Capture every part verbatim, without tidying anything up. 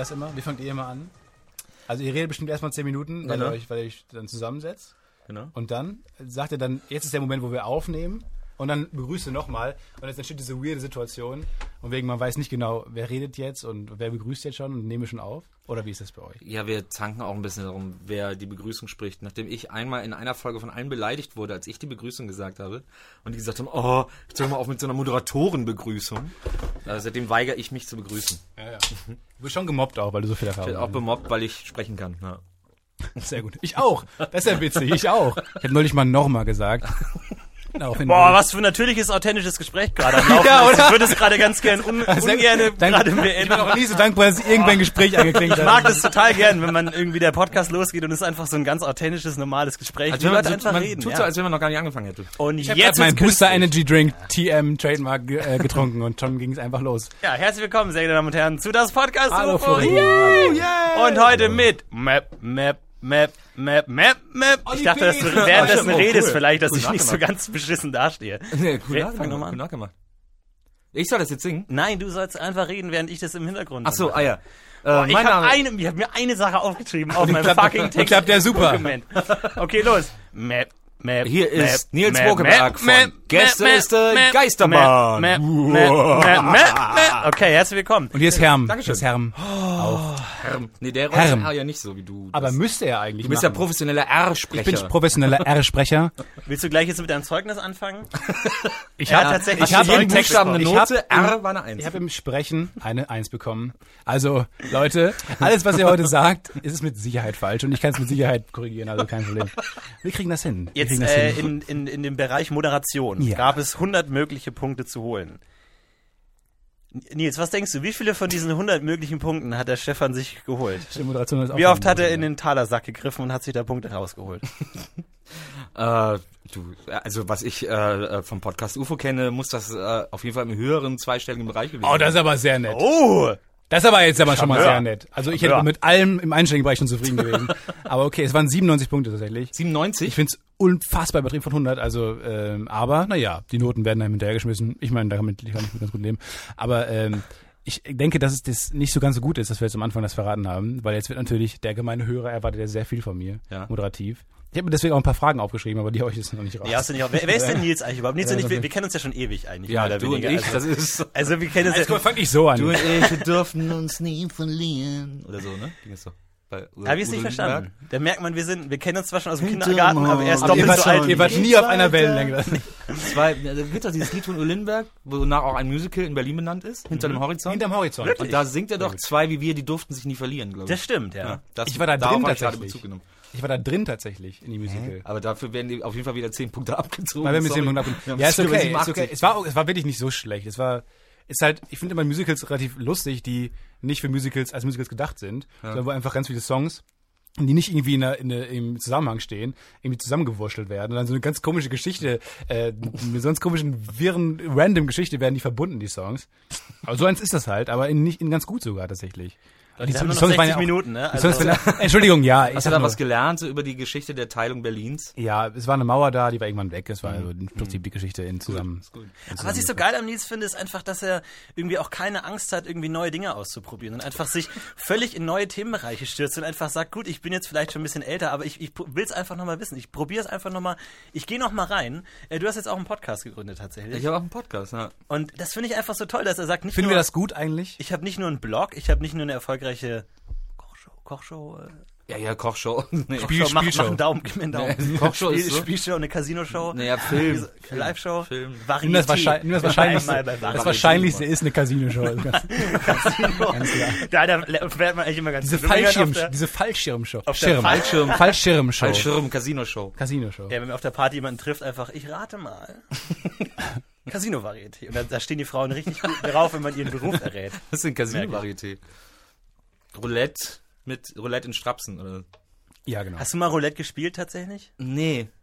das immer? Wie fangt ihr immer an? Also ihr redet bestimmt erstmal zehn Minuten, weil, Genau. ihr euch, weil ihr euch dann zusammensetzt. Genau. Und dann sagt ihr dann, jetzt ist der Moment, wo wir aufnehmen. Und dann begrüßt ihr nochmal. Und jetzt entsteht diese weirde Situation. Und wegen, man weiß nicht genau, wer redet jetzt und wer begrüßt jetzt schon und nehmen wir schon auf. Oder wie ist das bei euch? Ja, wir zanken auch ein bisschen darum, wer die Begrüßung spricht. Nachdem ich einmal in einer Folge von allen beleidigt wurde, als ich die Begrüßung gesagt habe. Und die gesagt haben, oh, jetzt hör mal auf mit so einer Moderatorenbegrüßung. Also seitdem weigere ich mich zu begrüßen. Ja, ja. Du bist schon gemobbt auch, weil du so viel Ich Erfahrung werde auch bemobbt, weil ich sprechen kann. Ja. Sehr gut. Ich auch. Das ist ja witzig. Ich auch. Ich habe neulich mal nochmal gesagt. Boah, was für ein natürliches, authentisches Gespräch gerade am Laufen Ja, ist. oder? Ich würde es gerade ganz gern un ungerne gerade Ich bin beenden. auch nie so dankbar, dass irgendwann ein Gespräch angeklingt hat. Ich mag das total gern, wenn man irgendwie der Podcast losgeht und es ist einfach so ein ganz authentisches, normales Gespräch. Also Die wenn man, Leute so, einfach man reden. tut ja. so, als wenn man noch gar nicht angefangen hätte. Und Ich habe jetzt meinen ist Booster künstlich. Energy Drink T M Trademark äh, getrunken und schon ging es einfach los. Ja, herzlich willkommen, sehr geehrte Damen und Herren, zu das Podcast. Hallo, UFO. Florian. Yay. Yay. Und heute mit Map, Map, Map, Map, Map, Map. Ich dachte, dass du Olli P. währenddessen Oh, cool. redest vielleicht, dass Gut ich nicht so nachgemacht. ganz beschissen dastehe. Nee, cool Wer- nachgemacht. fang noch mal an. Cool nachgemacht. Ich soll das jetzt singen? Nein, du sollst einfach reden, während ich das im Hintergrund Ach so, mache. ah ja. Äh, Boah, ich mein habe Name- eine, ich hab mir eine Sache aufgeschrieben auf meinem klappt- fucking und Text. klappt der super. Dokument. Okay, los. Map, Map, Hier Map, ist Nils Map, Bokeberg Map, von Map, Gästeliste Map, Map, Geisterbahn. Map, Map, Map, Map, Map. Okay, herzlich willkommen. Und hier ist Herm. Dankeschön. Das ist Herm. Auch. Herm. Nee, der Herm. rollt ja nicht so wie du. Aber Das- müsste er eigentlich du bist ja machen. professioneller R-Sprecher. Ich bin professioneller R-Sprecher. Willst du gleich jetzt mit deinem Zeugnis anfangen? Ich Er habe hat tatsächlich ich hab für jeden im Text Buchstaben eine ich Note, hab R war eine Eins. Ich habe im Sprechen eine Eins bekommen. Also, Leute, alles, was ihr heute sagt, ist es mit Sicherheit falsch. Und ich kann es mit Sicherheit korrigieren, also kein Problem. Wir kriegen das hin. Wir Jetzt kriegen das äh, hin. in, in, in dem Bereich Moderation Ja. gab es hundert mögliche Punkte zu holen. Nils, was denkst du, wie viele von diesen hundert möglichen Punkten hat der Stefan sich geholt? Die Moderation ist auch Wie oft schon- hat er in den Talersack gegriffen und hat sich da Punkte rausgeholt? Äh, du, also was ich äh, vom Podcast U F O kenne, muss das äh, auf jeden Fall im höheren zweistelligen Bereich gewesen Oh, das ist aber sehr nett. Oh! Das ist aber jetzt aber schon mal Charmeur. sehr nett. Also ich hätte Charmeur. mit allem im einstelligen Bereich schon zufrieden gewesen. Aber okay, es waren siebenundneunzig Punkte tatsächlich. siebenundneunzig? Ich find's unfassbar übertrieben von hundert. Also, ähm, aber naja, die Noten werden einem hinterhergeschmissen. Ich meine, damit kann ich mit ganz gut leben. Aber ähm, ich denke, dass es das nicht so ganz so gut ist, dass wir jetzt am Anfang das verraten haben, weil jetzt wird natürlich der gemeine Hörer erwartet ja sehr viel von mir, Ja. moderativ. Ich habe mir deswegen auch ein paar Fragen aufgeschrieben, aber die habe ich jetzt noch nicht raus. Ja, hast du nicht auch, wer, wer ist denn Nils eigentlich überhaupt? Nils Ja, und ich, wir, okay. wir kennen uns ja schon ewig eigentlich. Ja, mehr oder du und weniger. ich, Also, das ist... also wir kennen uns Jetzt ja, fang ich so an. Du und ich dürfen uns nie verlieren. Oder so, ne? Ging das so? Bei Udo- habe ich es nicht Udo verstanden. Lindenberg? Da merkt man, wir sind, wir kennen uns zwar schon aus dem Hinterm Kindergarten, aber er ist aber ihr doppelt wart, so alt. ihr wie wart ich. nie auf einer Wellenlänge. Das war, da gibt es dieses Lied von Udo Lindenberg, wonach auch ein Musical in Berlin benannt ist, hinter dem Horizont. Hinterm Horizont. Wirklich? Und da singt er doch, zwei wie wir, die durften sich nie verlieren, glaube ich. Das stimmt, ja. Ja, das, Ich war da darauf drin hab ich gerade tatsächlich. Bezug genommen. Ich war da drin tatsächlich in die Musical. Aber dafür werden die auf jeden Fall wieder zehn Punkte abgezogen. Weil wir mit Sorry. dem Punkten Wir haben Ja, ist über okay, ist siebenundachtzig. okay. Es war, auch- es war wirklich nicht so schlecht. Es war, ist halt, ich finde immer Musicals relativ lustig, die nicht für Musicals als Musicals gedacht sind, sondern wo einfach ganz viele Songs, die nicht irgendwie in der, in der, im Zusammenhang stehen, irgendwie zusammengewurschtelt werden und dann so eine ganz komische Geschichte, äh, mit so ganz komischen, wirren, random Geschichte werden die verbunden, die Songs. Aber so eins ist das halt, aber in, nicht in ganz gut sogar tatsächlich. Die haben nur noch Songs waren sechzig ja auch- Minuten, ne? die Songs Also, waren ja- Entschuldigung, ja. Ich Hast du sag da nur, was gelernt so über die Geschichte der Teilung Berlins? ja, es war eine Mauer da, die war irgendwann weg. Es war also im Prinzip die Geschichte in zusammen. Ist gut. aber was ich so geil am Nils finde, ist einfach, dass er irgendwie auch keine Angst hat, irgendwie neue Dinge auszuprobieren und einfach sich völlig in neue Themenbereiche stürzt und einfach sagt, gut, ich bin jetzt vielleicht schon ein bisschen älter, aber ich, ich will es einfach nochmal wissen. Ich probiere es einfach nochmal, ich gehe nochmal rein. Äh, Du hast jetzt auch einen Podcast gegründet tatsächlich. Ich habe auch einen Podcast, ja. Und das finde ich einfach so toll, dass er sagt, nicht Finden nur, wir das gut eigentlich? ich habe nicht nur einen Blog, ich habe nicht nur eine erfolgreiche Kochshow, Kochshow, äh, Ja, ja, Kochshow. Nee. Spiel- Kochshow, mach, Spielshow. mach einen Daumen, gib mir einen Daumen. Nee, Kochshow ist Spiel, so. Spielshow, eine Casino-Show. Naja, Film. Live-Show. Film. Varieté. Nimm das, wahrscheinlich, nimm das, Wahrscheinlichste, Einmal bei das Varieté. Wahrscheinlichste ist eine Casino-Show. Also ganz- Casino. Ganz klar. Da, da fährt man eigentlich immer ganz Diese gut. Wenn man Fallschirm, auf der- diese Fallschirmshow. auf der Schirm. Fallschirm- Fallschirmshow. Fallschirm, Casino-Show. Casino-Show. Ja, wenn man auf der Party jemanden trifft, einfach, ich rate mal. Casino-Varieté. Und da, da stehen die Frauen richtig gut drauf, wenn man ihren Beruf errät. Das ist ein Casino-Varieté. Roulette mit Roulette in Strapsen, oder? Ja, genau. Hast du mal Roulette gespielt tatsächlich? Nee.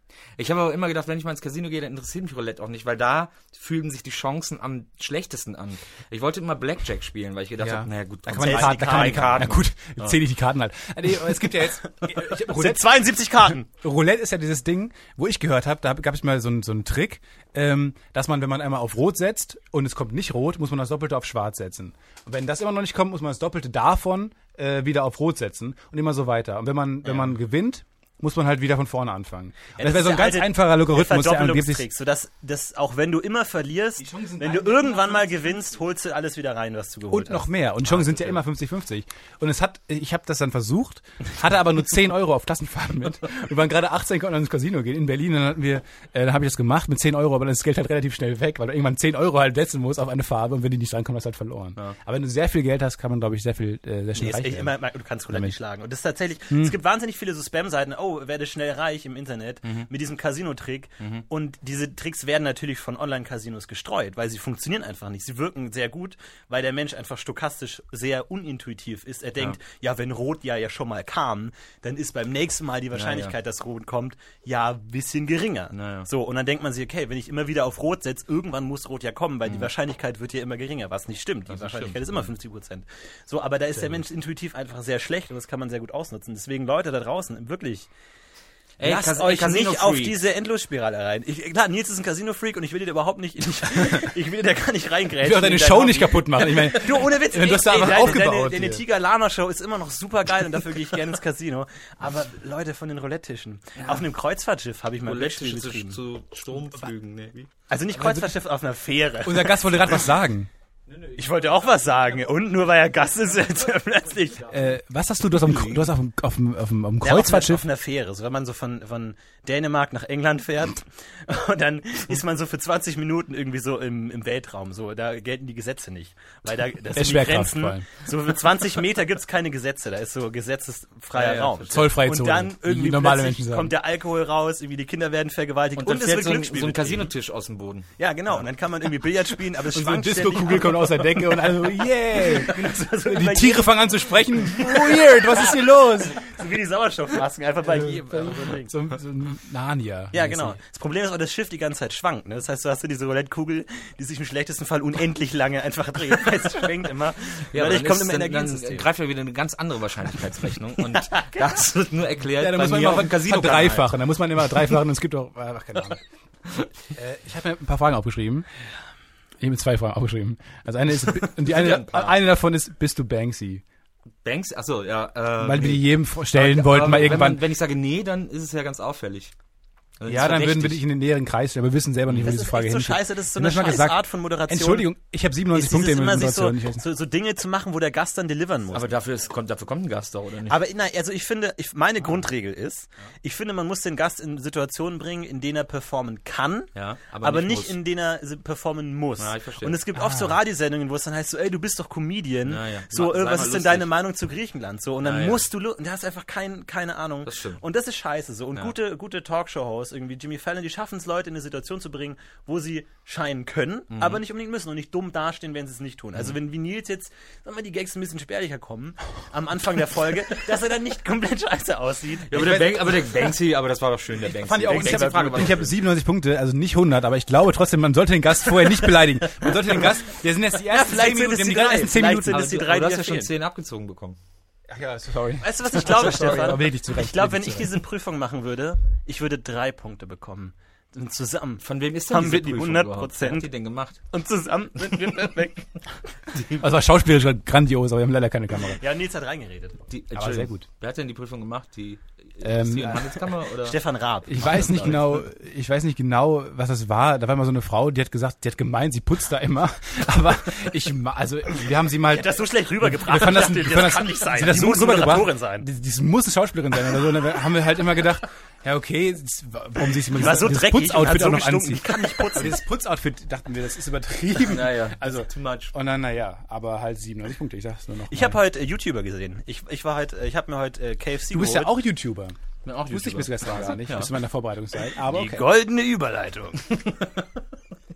Ich habe aber immer gedacht, wenn ich mal ins Casino gehe, dann interessiert mich Roulette auch nicht, weil da fühlen sich die Chancen am schlechtesten an. Ich wollte immer Blackjack spielen, weil ich gedacht Ja. habe, naja gut, Da kann dann man die zählst Karten, da kann man die Karten. Na gut, Ja. zähle ich die Karten halt. Nee, es gibt ja jetzt ich, Das sind zweiundsiebzig Karten. Roulette ist ja dieses Ding, wo ich gehört habe, da gab es mal so einen so einen Trick, ähm, dass man, wenn man einmal auf Rot setzt und es kommt nicht Rot, muss man das Doppelte auf Schwarz setzen. Und wenn das immer noch nicht kommt, muss man das Doppelte davon äh, wieder auf Rot setzen und immer so weiter. Und wenn man wenn man gewinnt, muss man halt wieder von vorne anfangen. Und das wäre so ein ganz einfacher Logarithmus, der angeblich... sodass das, auch wenn du immer verlierst, Chancen wenn du eigentlich irgendwann mal gewinnst, holst du alles wieder rein, was du geholt Und noch hast. mehr. Und die Chancen sind ja immer fünfzig fünfzig. Und es hat, ich habe das dann versucht, hatte aber nur zehn Euro auf Klassenfahrten mit. Wir waren gerade achtzehn, konnten ins Casino gehen in Berlin. Dann hatten wir, äh, dann habe ich das gemacht mit zehn Euro, aber dann ist das Geld halt relativ schnell weg, weil du irgendwann zehn Euro halt setzen musst auf eine Farbe und wenn die nicht drankommen, hast du halt verloren. Ja. Aber wenn du sehr viel Geld hast, kann man, glaube ich, sehr viel, äh, sehr schnell Nee, reich ist echt werden. immer, du kannst Roulette nicht schlagen. Und das ist tatsächlich, Hm. es gibt wahnsinnig viele so Spam-Seiten, oh, werde schnell reich im Internet Mhm. mit diesem Casino-Trick. Und diese Tricks werden natürlich von Online-Casinos gestreut, weil sie funktionieren einfach nicht. Sie wirken sehr gut, weil der Mensch einfach stochastisch sehr unintuitiv ist. Er denkt, ja, wenn Rot ja ja schon mal kam, dann ist beim nächsten Mal die Wahrscheinlichkeit, dass Rot kommt, ja, ein bisschen geringer. Ja, ja. So, und dann denkt man sich, okay, wenn ich immer wieder auf Rot setze, irgendwann muss Rot ja kommen, weil die Wahrscheinlichkeit wird ja immer geringer, was nicht stimmt. Die Wahrscheinlichkeit ist immer fünfzig Prozent. So, aber da ist der Mensch intuitiv einfach sehr schlecht und das kann man sehr gut ausnutzen. Deswegen, Leute da draußen, wirklich, Ey, lasst Cas- euch Casino nicht auf Freak. diese Endlosspirale rein. Ich, klar, Nils ist ein Casino-Freak und ich will dir da überhaupt nicht, ich, ich will dir da gar nicht reingrätschen. Ich will auch deine in dein Show Hobby. nicht kaputt machen. Ich meine, Du, ohne Witz, du hast da ey, einfach deine, aufgebaut deine, deine hier. Tiger-Lana-Show ist immer noch super geil und dafür gehe ich gerne ins Casino. Aber Leute von den Roulette-Tischen. Auf einem Kreuzfahrtschiff habe ich mal ein Brettspiel Roulette betrieben. zu, zu Sturmflügen, ne? Wie? Also nicht Kreuzfahrtschiff, auf einer Fähre. Unser Gast wollte gerade was sagen. Ich wollte auch was sagen. Und nur weil er Gast ist, jetzt plötzlich. Äh, was hast du? Du hast, am, du hast auf dem, auf dem, auf dem, auf dem Ja, auf, Kreuzfahrtschiff... einer, auf einer Fähre, so wenn man so von, von Dänemark nach England fährt und dann ist man so für zwanzig Minuten irgendwie so im, im Weltraum, so, da gelten die Gesetze nicht, weil da, das sind die Schwerkraft vor Grenzen, allem. so für zwanzig Meter gibt's keine Gesetze, da ist so gesetzesfreier Ja, ja, Raum. verstehe. Zollfreie Und Zone, dann wie irgendwie normale plötzlich Menschen sagen. kommt der Alkohol raus, irgendwie die Kinder werden vergewaltigt Und und, dann es fährt wird so ein, Glücksspiel so ein betrieben. Casinotisch aus dem Boden. Ja, genau, und dann kann man irgendwie Billard spielen, aber es Und so eine schwankt ständig. Disco-Kugel kommt aus der Decke und alle so, yeah! so, so, Die bei Tiere fangen an zu sprechen. Weird, was ist hier los? jedem, so wie die Sauerstoffmasken, einfach bei jedem. So ein Ding. So, so ein Narnia. Ja, genau. Das Problem ist auch, dass das Schiff die ganze Zeit schwankt. Ne? Das heißt, du hast so diese Roulette-Kugel, die sich im schlechtesten Fall unendlich lange einfach dreht. Weil es schwenkt immer. Ja, Dadurch aber kommt dann, immer ist, Energie dann, ins dann System. greift ja wieder eine ganz andere Wahrscheinlichkeitsrechnung. Und das wird nur erklärt Ja, da bei muss man mir immer auf dem Casino. verdreifachen. Da muss man immer dreifachen und es gibt auch, ach, keine Ahnung. äh, ich habe mir ein paar Fragen aufgeschrieben. Ich habe mir zwei Fragen aufgeschrieben. Also eine ist, und die ja eine, ein paar. eine davon ist, bist du Banksy? Banks, achso, ja. Äh, Weil wir nee. die jedem stellen wollten, Aber mal wenn irgendwann. Man, wenn ich sage nee, dann ist es ja ganz auffällig. Also Ja, ist dann würden wir verdächtig. dich in den näheren Kreis stellen. Aber wir wissen selber nicht, wo Das diese ist Frage echt so hinführt. scheiße, das ist so Wir eine haben schon mal scheiß gesagt, Art von Moderation. Entschuldigung, ich habe siebenundneunzig ist Punkte dieses in immer der sich so, Moderation. Ich weiß nicht. so, so Dinge zu machen, wo der Gast dann delivern muss. Aber dafür, ist, kommt, dafür kommt ein Gast doch, oder nicht? Aber na, also ich finde, ich, meine Grundregel ist, ich finde, man muss den Gast in Situationen bringen, in denen er performen kann, Ja, aber aber, nicht nicht, muss. in denen er se- performen muss. Ja, ich verstehe. Und es gibt oft so Radiosendungen, wo es dann heißt so, ey, du bist doch Comedian, Ja, ja. so, Ma- sei äh, mal was ist denn lustig. deine Meinung zu Griechenland? So, und dann Ja, ja. musst du, lu- und da hast du einfach kein, keine Ahnung. Das stimmt. Und das ist scheiße so. Und Ja. gute, gute Talkshow-Hosts, irgendwie Jimmy Fallon, die schaffen es, Leute in eine Situation zu bringen, wo sie scheinen können, Mhm. aber nicht unbedingt müssen und nicht dumm dastehen, wenn sie es nicht tun. Also wenn wie Nils jetzt, sagen wir, die Gags ein bisschen spärlicher kommen, am Anfang der Folge, dass er dann nicht komplett scheiße aussieht. Ja, aber, der Bank, aber der Banksy, aber das war doch schön, der Banksy. Fand ich auch, Der ich Banksy- habe Frage war ich doch hab siebenundneunzig Punkte, also nicht hundert, aber ich glaube trotzdem, man sollte den Gast vorher nicht beleidigen. Man sollte den Gast, der sind jetzt die ersten vielleicht zehn sind Minuten, es die die haben die drei, ersten zehn vielleicht Minuten. sind aber es die du, drei, aber du die hast ja ja schon fehlen. zehn abgezogen bekommen. Ach ja, sorry. Weißt du, was ich glaube, Sorry, aber Stefan? wirklich zu Recht, Ich glaube, wenn wirklich ich zu Recht. diese Prüfung machen würde, ich würde drei Punkte bekommen. Und zusammen. Von wem ist denn Haben diese wir die Prüfung hundert überhaupt? Prozent? Wer hat die denn gemacht? Und zusammen sind wir perfekt. Das war schauspielerisch grandios, aber wir haben leider keine Kamera. Ja, Nils hat reingeredet. Die, Aber Entschuldigung, sehr gut. Wer hat denn die Prüfung gemacht? Die, Ähm, ist die in Handelskammer oder? Stefan Raab. Ich weiß nicht genau, ich weiß nicht genau, was das war. Da war mal so eine Frau, die hat gesagt, die hat gemeint, sie putzt da immer. Aber ich, ma- also wir haben sie mal. Die hat das so schlecht rübergebracht. wir fanden das, Ich wir dachte, fanden das kann nicht sein. Sie hat das Die so muss rübergebracht. Moderatorin sein. Die, die muss eine Schauspielerin sein oder so. Und dann haben wir halt immer gedacht, ja okay, das- warum sie sich immer Die war so dieses dreckig und hat Putzoutfit so auch noch gestunken, anziehen. die kann nicht Aber putzen. dieses Putzoutfit dachten wir, das ist übertrieben. Ja, ja. Also Too much. und dann naja, aber halt siebenundneunzig Punkte. Ich sag's nur noch. Ich mal. habe heute äh, YouTuber gesehen. Ich, ich war heute, ich habe mir heute äh, K F C Du bist ja geholt. auch YouTuber. bin auch Wusste ich bis YouTuber. gestern gar nicht, Ja. bis zu meiner Vorbereitungszeit. Aber Die okay. goldene Überleitung.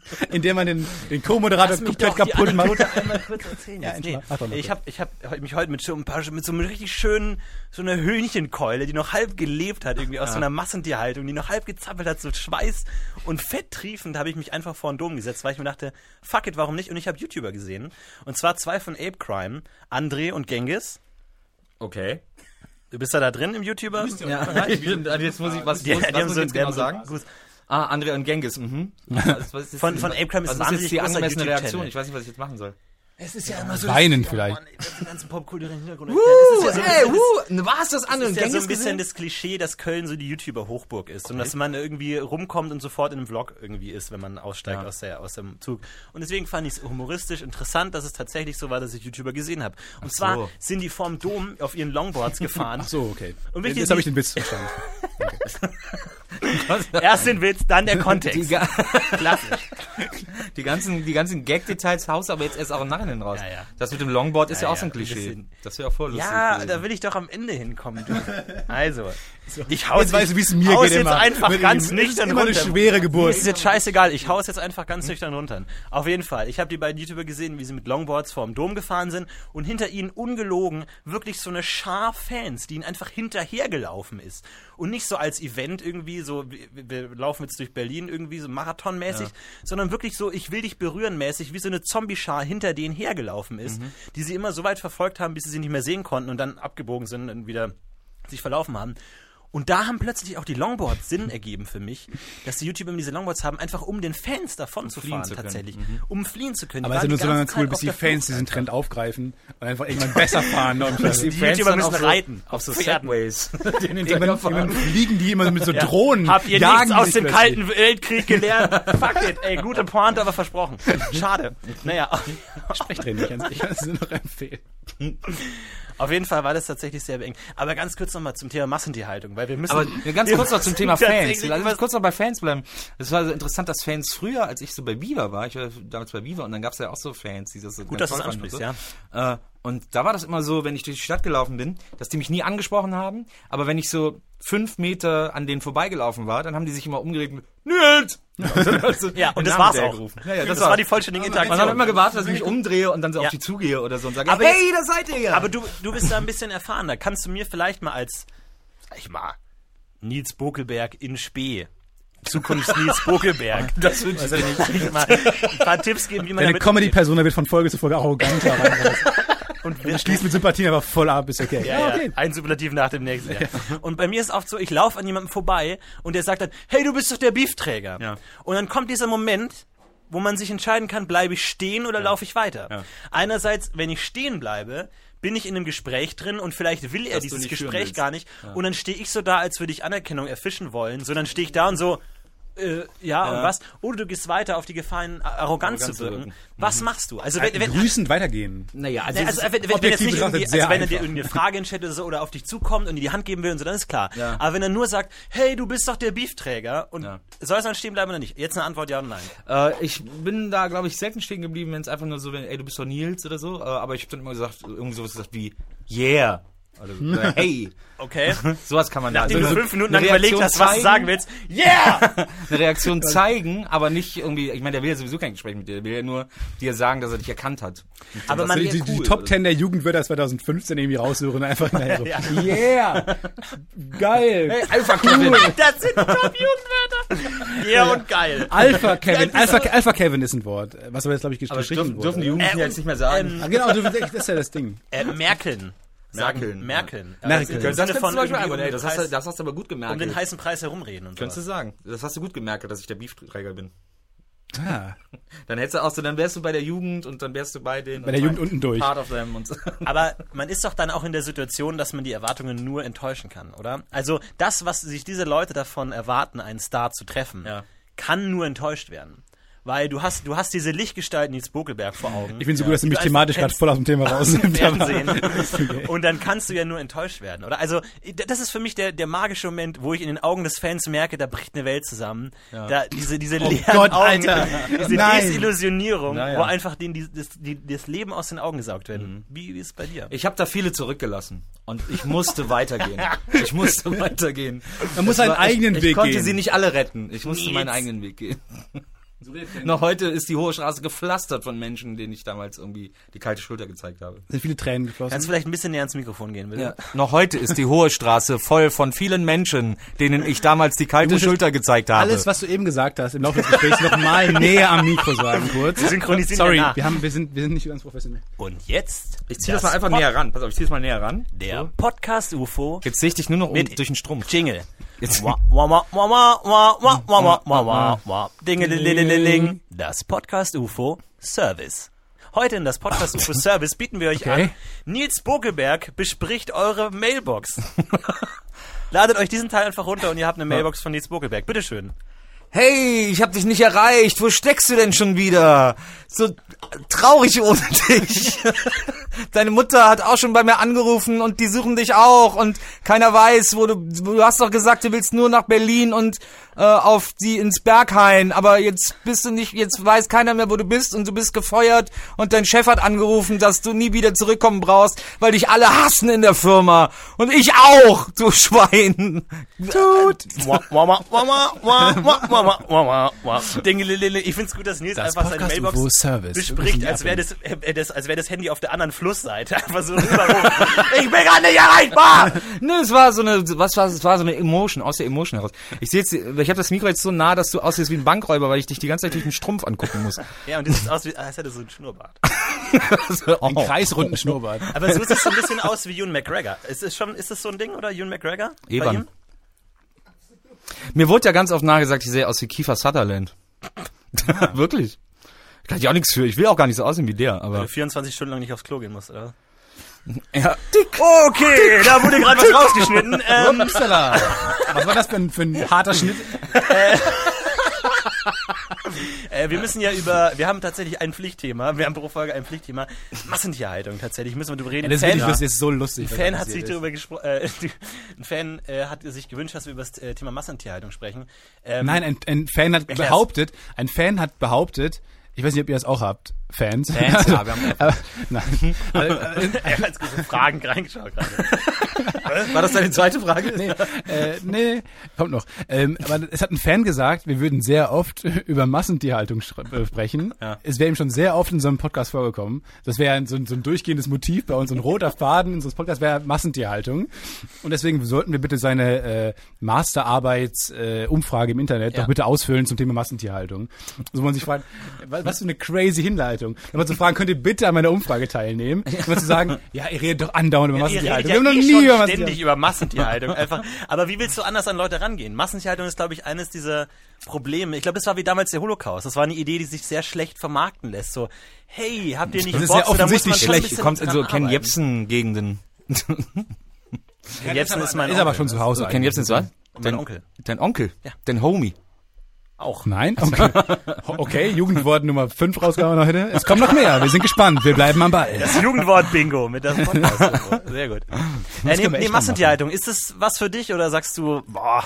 in der man den, den Co-Moderator komplett kaputt macht. Anekdote einmal kurz erzählen. Ja, Jetzt. Nee, Ach, doch, ich habe ich hab mich heute mit so, ein paar, mit so einem richtig schönen, so einer Hühnchenkeule, die noch halb gelebt hat, irgendwie aus ja. so einer Massentierhaltung, die noch halb gezappelt hat, so Schweiß und Fett triefend, habe ich mich einfach vor den Dom gesetzt, weil ich mir dachte, fuck it, warum nicht? Und ich habe YouTuber gesehen. Und zwar zwei von Ape Crime, André und Genghis. Okay. Du bist da da drin im YouTuber? Ja, jetzt muss ich was, die, was, die was haben muss so, ich jetzt genau so, sagen? Gut. Ah, André und Genghis, mhm. Was, was ist von, von Ape Crime ist was ist jetzt die großer angemessene YouTube-Channel. Reaktion? Ich weiß nicht, was ich jetzt machen soll. Es ist ja immer so... Weinen das, vielleicht. Oh Mann, den ganzen popkulturellen Hintergrund. Uh, das ist ja so ey, ein bisschen uh, was das das, André das und ist ja Genghis so ein bisschen gesehen? das Klischee, dass Köln so die YouTuber-Hochburg ist. Okay. Und dass man irgendwie rumkommt und sofort in einem Vlog irgendwie ist, wenn man aussteigt Ja. aus, der, aus dem Zug. Und deswegen fand ich es humoristisch interessant, dass es tatsächlich so war, dass ich YouTuber gesehen habe. Und Ach zwar so. sind die vorm Dom auf ihren Longboards gefahren. Ach so, okay. Und Jetzt, wichtig jetzt habe ich ist- den Witz verstanden. Erst den Witz, dann der Die, Kontext. ga Klassisch. die ganzen, die ganzen Gag-Details haust du aber jetzt erst auch im Nachhinein raus. Ja, ja. Das mit dem Longboard ist ja, Ja, auch so ein ja, ein Klischee. bisschen. Das wäre auch voll lustig. Ja, gewesen. da will ich doch am Ende hinkommen. Du. Also, ich hau Jetzt weißt du, wie es mir hau's geht jetzt immer. einfach Mit ganz ihm. Es ist nüchtern immer eine runter. schwere Geburt. Ist jetzt scheißegal, ich hau es jetzt einfach ganz nüchtern runter. Auf jeden Fall, ich habe die beiden YouTuber gesehen, wie sie mit Longboards vor dem Dom gefahren sind und hinter ihnen ungelogen wirklich so eine Schar Fans, die ihnen einfach hinterhergelaufen ist. Und nicht so als Event irgendwie, so wir, wir laufen jetzt durch Berlin irgendwie so marathonmäßig, ja. sondern wirklich so, ich will dich berühren mäßig, wie so eine Zombie-Schar hinter denen hergelaufen ist, mhm. die sie immer so weit verfolgt haben, bis sie sie nicht mehr sehen konnten und dann abgebogen sind und wieder sich verlaufen haben. Und da haben plötzlich auch die Longboards Sinn ergeben für mich, dass die YouTuber diese Longboards haben, einfach um den Fans davon um zu fahren, zu tatsächlich. Mhm. Um fliehen zu können. Aber es ist nur so lange cool, bis die Fans diesen Trend aufgreifen und einfach irgendwann besser fahren. Ne? die die YouTuber müssen so, reiten. Auf so Segways. irgendwann, irgendwann fliegen die immer mit so ja. Drohnen. Habt ihr jagen nichts aus sich dem plötzlich. Kalten Weltkrieg gelernt? Fuck it, ey, gute Pointe, aber versprochen. Schade. Naja. Sprechtraining, ich kann es nur noch empfehlen. Auf jeden Fall war das tatsächlich sehr beengt. Aber ganz kurz nochmal zum Thema Massentierhaltung, weil wir müssen... Aber ganz kurz noch zum Thema Fans. Lass uns was kurz noch bei Fans bleiben. Es war so interessant, dass Fans früher, als ich so bei Viva war, ich war damals bei Viva und dann gab es ja auch so Fans, die das so Gut, dass du es toll fanden ansprichst, und so. ja. Äh, und da war das immer so, wenn ich durch die Stadt gelaufen bin, dass die mich nie angesprochen haben, aber wenn ich so fünf Meter an denen vorbeigelaufen war, dann haben die sich immer umgedreht und Nils! Also, ja, und das Namen war's der auch. gerufen. Ja, ja, das das war die vollständige Interaktion. Man hat immer gewartet, dass ich mich umdrehe und dann so Ja. auf die zugehe oder so und sage, Aber hey, da seid ihr ja! Aber du, du bist da ein bisschen erfahrener. Kannst du mir vielleicht mal als, sag ich mal, Nils Bokelberg in Spee, Zukunfts-Nils Bokelberg, das wünsche ich dir nicht. mal ein paar Tipps geben, wie man Deine damit Comedy-Persona wird von Folge zu Folge arroganter. und Man schließt mit Sympathien aber voll ab, ist okay. Ja, ja, okay. Ein Superlativ nach dem nächsten. Ja. Und bei mir ist oft so, ich laufe an jemandem vorbei und der sagt dann, hey, du bist doch der Beefträger. Ja. Und dann kommt dieser Moment, wo man sich entscheiden kann, bleibe ich stehen oder ja. laufe ich weiter. Ja. Einerseits, wenn ich stehen bleibe, bin ich in einem Gespräch drin und vielleicht will er Dass dieses du nicht Gespräch gar nicht. Ja. Und dann stehe ich so da, als würde ich Anerkennung erfischen wollen, sondern stehe ich da und so, Äh, ja, ja, und was? Oder du gehst weiter auf die Gefahren, arrogant, arrogant zu wirken. wirken. Was mhm. machst du? Also, wenn, wenn, grüßend weitergehen. Naja, also, also wenn, wenn, wenn, jetzt nicht irgendwie, also wenn er dir irgendeine Frage in Chat oder so oder auf dich zukommt und dir die Hand geben will und so, dann ist klar. Ja. Aber wenn er nur sagt, hey, du bist doch der Beefträger und ja. soll es dann stehen bleiben oder nicht? Jetzt eine Antwort, ja oder nein? Äh, ich bin da, glaube ich, selten stehen geblieben, wenn es einfach nur so, wenn, ey, du bist doch Nils oder so. Äh, aber ich habe dann immer gesagt, irgendwie sowas gesagt wie, yeah. Oder, oder hey. Okay. Sowas kann man da. Nachdem also, du fünf Minuten lang überlegt hast, was du sagen willst. Yeah! Eine Reaktion zeigen, aber nicht irgendwie, ich meine, der will ja sowieso kein Gespräch mit dir, der will ja nur dir sagen, dass er dich erkannt hat. Aber man, die, die, cool, die Top Ten der Jugendwörter zwanzig fünfzehn irgendwie raussuchen und einfach hinterher so, ja. yeah! Geil! Hey, Alpha Kevin! Das sind Top Jugendwörter! Yeah und geil! Alpha Kevin, Alpha, Alpha Kevin ist ein Wort, was aber jetzt, glaube ich, gestrichen dürfen, wurde. dürfen die Jugendlichen äh, jetzt nicht mehr sagen. Ähm, ah, genau, das ist ja das Ding. Äh, Merkeln. Merkeln. Merkeln. Ja. Merkeln. Das, das, das, von Beispiel um ey, das, hast du, das hast du aber gut gemerkt. Um den heißen Preis herumreden und so. Könntest du sagen. Das hast du gut gemerkt, dass ich der Beefträger bin. Ah. Dann hättest du auch so, dann wärst du bei der Jugend und dann wärst du bei den... Bei der Jugend unten durch. Part of them und so. Aber man ist doch dann auch in der Situation, dass man die Erwartungen nur enttäuschen kann, oder? Also das, was sich diese Leute davon erwarten, einen Star zu treffen, ja. kann nur enttäuscht werden. Weil du hast, du hast diese Lichtgestalt Nils Bokelberg vor Augen. Ich finde so gut, dass du mich thematisch gerade voll aus dem Thema rausnimmst. Okay. Und dann kannst du ja nur enttäuscht werden, oder? Also, das ist für mich der, der magische Moment, wo ich in den Augen des Fans merke, da bricht eine Welt zusammen. Ja. Da, diese, diese oh leeren Gott, Augen, Alter. diese Nein. Desillusionierung, naja. wo einfach denen die, das, die, das Leben aus den Augen gesaugt wird. Mhm. Wie, wie ist es bei dir? Ich habe da viele zurückgelassen. Und ich musste weitergehen. Ich musste weitergehen. Man muss seinen war, eigenen ich, Weg ich konnte gehen. sie nicht alle retten. Ich musste Nils. meinen eigenen Weg gehen. Noch heute ist die Hohe Straße gepflastert von Menschen, denen ich damals irgendwie die kalte Schulter gezeigt habe. Sind viele Tränen geflossen. Kannst du vielleicht ein bisschen näher ans Mikrofon gehen, bitte? Ja. Noch heute ist die Hohe Straße voll von vielen Menschen, denen ich damals die kalte Schulter gezeigt habe. Alles, was du eben gesagt hast, im Laufe des Gesprächs nochmal näher am Mikro sagen kurz. Wir synchronisieren Sorry, danach. wir, haben, wir, sind, wir sind nicht ganz professionell. Und jetzt? Ich zieh das, das mal einfach Pod- näher ran. Pass auf, ich zieh das mal näher ran. Der Podcast U F O. Jetzt sehe ich dich nur noch um, mit durch den Strumpf. Jingle. Jetzt. Wa- wa- wa- wa- wa- wa- wa- wa- wa- wa- wa- Dingelilililing. Das Podcast U F O Service. Heute in das Podcast U F O Service bieten wir euch Okay. an, Nils Bokelberg bespricht eure Mailbox. Ladet euch diesen Teil einfach runter und ihr habt eine Mailbox von Nils Bokelberg. Bitteschön. Hey, ich hab dich nicht erreicht. Wo steckst du denn schon wieder? So traurig ohne dich. Deine Mutter hat auch schon bei mir angerufen und die suchen dich auch und keiner weiß, wo du, du hast doch gesagt, du willst nur nach Berlin und äh, auf die ins Berghain, aber jetzt bist du nicht, jetzt weiß keiner mehr, wo du bist und du bist gefeuert und dein Chef hat angerufen, dass du nie wieder zurückkommen brauchst, weil dich alle hassen in der Firma und ich auch, du Schwein. Tut. Dingelilili. Ich find's gut, dass Nils Das einfach seine Podcast U F O Mailbox Service. bespricht, als wäre das, äh, das, als wäre das Handy auf der anderen Flussseite. Einfach so rüberrufen. Ich bin gar nicht erreichbar! Nö, es war so eine, was war es war so eine Emotion, aus der Emotion heraus. Ich sehe jetzt, ich habe das Mikro jetzt so nah, dass du aussiehst wie ein Bankräuber, weil ich dich die ganze Zeit durch den Strumpf angucken muss. Ja, und das sieht aus wie, als hätte so einen Schnurrbart. Ein kreisrunden Schnurrbart. Aber so sieht es so ein bisschen aus wie Ewan McGregor. Ist es schon, ist das so ein Ding, oder Ewan McGregor? Bei Ewan. ihm? Mir wurde ja ganz oft nachgesagt, ich sehe aus wie Kiefer Sutherland. Wirklich. Kann ich auch nichts für. Ich will auch gar nicht so aussehen wie der, Weil aber. du vierundzwanzig Stunden lang nicht aufs Klo gehen musst, oder? Ja. Okay, da wurde gerade was rausgeschnitten. Ähm, Upsala. Was war das für ein, für ein harter Schnitt? äh, wir müssen ja über, wir haben tatsächlich ein Pflichtthema, wir haben pro Folge ein Pflichtthema, Massentierhaltung tatsächlich, müssen wir darüber reden. Ja, das ist Fan, wirklich lustig, das ist so lustig. ein was Fan da hat sich passiert darüber gesprochen, äh, ein Fan äh, hat sich gewünscht, dass wir über das äh, Thema Massentierhaltung sprechen. Ähm, Nein, ein, ein Fan hat Erklär's. behauptet, ein Fan hat behauptet, ich weiß nicht, ob ihr das auch habt, Fans. Fans, ja, wir haben aber, nein. Also, äh, er hat so Fragen reingeschaut gerade. War das deine zweite Frage? nee, äh, nee, kommt noch. Ähm, aber es hat ein Fan gesagt, wir würden sehr oft über Massentierhaltung sch- äh, sprechen. Ja. Es wäre ihm schon sehr oft in so einem Podcast vorgekommen. Das wäre so, ein- so ein durchgehendes Motiv bei uns, so ein roter Faden in unseres Podcasts wäre Massentierhaltung. Und deswegen sollten wir bitte seine äh, Masterarbeits-Äh, Umfrage im Internet Ja. doch bitte ausfüllen zum Thema Massentierhaltung. So man sich fragt, was, was für eine crazy Hinleitung. Wenn man zu fragen, könnt ihr bitte an meiner Umfrage teilnehmen? Und man zu sagen, ja, ihr redet doch andauernd über Ihr redet Massentierhaltung. ja wir haben noch eh nie schon über ständig Massentierhaltung. über Massentierhaltung. Einfach. Aber wie willst du anders an Leute rangehen? Massentierhaltung ist, glaube ich, eines dieser Probleme. Ich glaube, das war wie damals der Holocaust. Das war eine Idee, die sich sehr schlecht vermarkten lässt. So, hey, habt ihr nicht Das ist Bock? ja Oder muss man offensichtlich schon ein schlecht. bisschen Kommt in so dran Ken arbeiten? Jebsen-Gegenden. Ken Jebsen ist mein Ist aber Onkel. schon zu Hause. Ken Jebsen ist was? Mein Dein Onkel. Dein Onkel? Ja. Dein Homie? Auch. Nein? Okay. Okay, Jugendwort Nummer fünf rausgehauen heute. Es kommt noch mehr. Wir sind gespannt. Wir bleiben am Ball. Das Jugendwort-Bingo mit das Podcast. Sehr gut. Äh, nee, können wir nee, echt Massentierhaltung. Ist das was für dich oder sagst du, boah,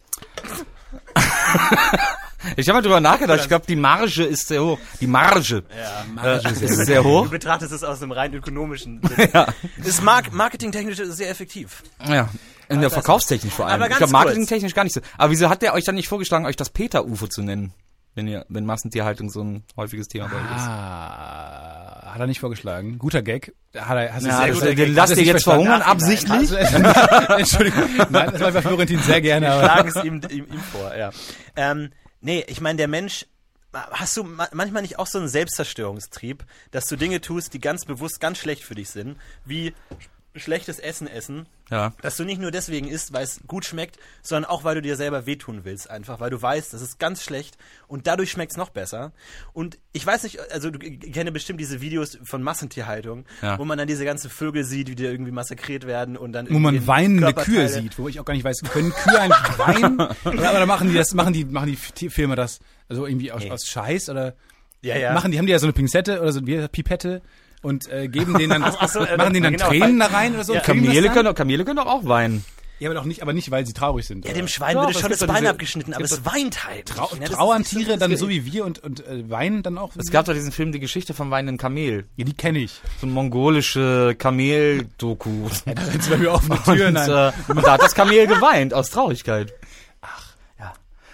Ich habe mal drüber nachgedacht. Ich glaube, die Marge ist sehr hoch. Die Marge ja, äh, ist sehr hoch. du betrachtest es aus einem rein ökonomischen Sinn. Ja. Ist Mark marketingtechnisch sehr effektiv. Ja. In der Verkaufstechnik vor allem. Aber Ich ganz glaube, kurz. marketingtechnisch gar nicht so. Aber wieso hat der euch dann nicht vorgeschlagen, euch das Peter-U F O zu nennen? Wenn ihr, wenn Massentierhaltung so ein häufiges Thema bei euch ist. Ah, hat er nicht vorgeschlagen. Guter Gag. Hat er, hast du Ja, sehr das- guter den Gag. lasst Hast ihr du jetzt nicht verstanden? verhungern, absichtlich? Also, Entschuldigung. Nein, das war bei Florentin sehr gerne. Aber Schlagen es ihm, ihm, ihm vor, ja. Ähm, nee, ich meine, der Mensch, hast du ma- manchmal nicht auch so einen Selbstzerstörungstrieb, dass du Dinge tust, die ganz bewusst ganz schlecht für dich sind, wie schlechtes Essen essen, Ja. dass du nicht nur deswegen isst, weil es gut schmeckt, sondern auch, weil du dir selber wehtun willst einfach, weil du weißt, das ist ganz schlecht und dadurch schmeckt es noch besser. Und ich weiß nicht, also du ich kenne bestimmt diese Videos von Massentierhaltung, Ja. wo man dann diese ganzen Vögel sieht, wie die irgendwie massakriert werden und dann wo man irgendwie weinende Körperteile- Kühe sieht, wo ich auch gar nicht weiß, können Kühe eigentlich weinen? Oder, oder machen die das, machen die, machen die T- Filme das, also irgendwie aus, Nee. aus Scheiß oder Ja, ja. machen die, haben die ja so eine Pinzette oder so, wie heißt das, Pipette und äh, geben denen dann, Ach so, äh, machen denen dann genau, Tränen da rein oder so? Ja. Kriegen das Kamele dann? können, doch- Kamele können doch auch weinen. Ja, aber doch nicht, aber nicht, weil sie traurig sind. Ja, oder? dem Schwein Doch, würde es schon gibt das doch Bein diese- abgeschnitten, aber es es gibt weint halt. Trau nicht, ne? Das ist trauern nicht so- Tiere dann das- so wie wir und, und äh, weinen dann auch? Es gab doch diesen Film, die Geschichte vom weinenden Kamel. Ja, die kenne ich. So eine mongolische Kamel-Doku. Ja, da rennst du bei mir offene Türen Und, ein. äh, und da hat das Kamel geweint, aus Traurigkeit. Ja.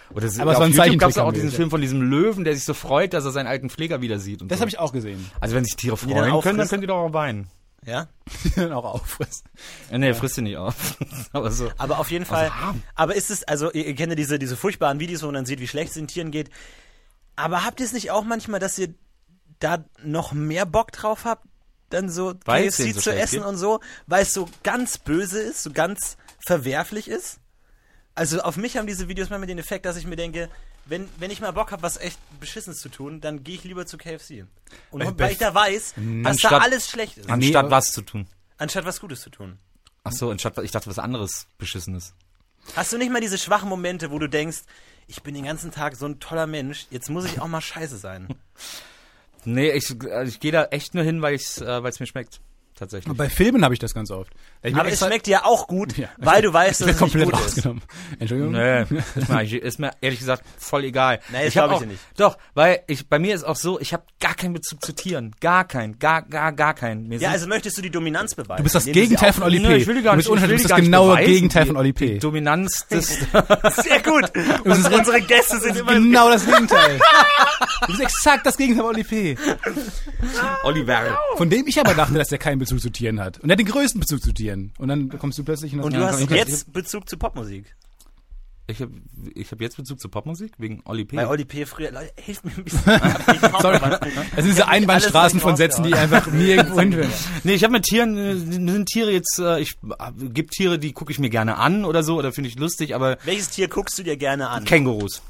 Oder so, Aber es auf war ein YouTube gab es auch Zeichentrick, diesen Film von diesem Löwen, der sich so freut, dass er seinen alten Pfleger wieder sieht. Und Das so. habe ich auch gesehen. Also wenn sich Tiere Die dann freuen können, dann auffressen? können die doch auch weinen. Ja? Die dann auch auffressen. Äh, nee, frisst sie nicht auf. Aber so. Aber auf jeden Fall. Aber ist es, also ihr, ihr kennt ja diese, diese furchtbaren Videos, wo man dann sieht, wie schlecht es den Tieren geht. Aber habt ihr es nicht auch manchmal, dass ihr da noch mehr Bock drauf habt, dann so Weil K es F C denen so zu schlecht essen geht? und so, weil es so ganz böse ist, so ganz verwerflich ist? Also auf mich haben diese Videos manchmal den Effekt, dass ich mir denke, wenn, wenn ich mal Bock habe, was echt Beschissenes zu tun, dann gehe ich lieber zu K F C. Und Bei- weil ich da weiß, dass Anstatt- da alles schlecht ist. Anstatt aber- was zu tun. Anstatt was Gutes zu tun. Ach so, anstatt, ich dachte was anderes Beschissenes. Hast du nicht mal diese schwachen Momente, wo du denkst, ich bin den ganzen Tag so ein toller Mensch, jetzt muss ich auch mal scheiße sein? Nee, ich, also ich gehe da echt nur hin, weil es äh, weil's mir schmeckt. Tatsächlich. Bei Filmen habe ich das ganz oft. Ich Aber es schmeckt dir auch gut, Ja. weil du weißt, Ich dass bin es nicht komplett gut ist. rausgenommen. Entschuldigung. Nee, ist mir, eigentlich- ist mir ehrlich gesagt voll egal. Nee, das hab glaub ich auch, dir nicht. Doch, weil ich bei mir ist auch so, ich habe gar keinen Bezug zu Tieren. Gar keinen. Gar, gar, gar keinen. Mir Ja, sind- also möchtest du die Dominanz beweisen? Du bist das indem du sie Gegenteil von Oli Nö, P. ich will die gar Du nicht, bist unschuldig, ich will du die bist gar das nicht genaue beweisen. Gegenteil Die- von Oli Die P. Dominanz des... auf- Sehr gut. Und unsere Gäste sind immer... Genau das Gegenteil. Du bist exakt das Gegenteil von Oli P. Oliver. Von dem ich aber dachte, dass er keinen Bezug zu Tieren hat. Und er hat den größten Bezug zu Tieren. Und dann kommst du plötzlich und, Und das- du Ja, hast ich- jetzt Bezug zu Popmusik. Ich habe ich hab jetzt Bezug zur Popmusik, wegen Oli P. Bei Oli P. früher... Leute, hilft mir ein bisschen. Ich brauch Sorry. mal was. Das sind diese Einbahnstraßen von Sätzen, die einfach nie irgendwo hinführen. Nee, ich habe mit Tieren, äh, sind Tiere jetzt, äh, ich äh, gibt Tiere, die gucke ich mir gerne an oder so, oder finde ich lustig, aber Welches Tier guckst du dir gerne an? Kängurus.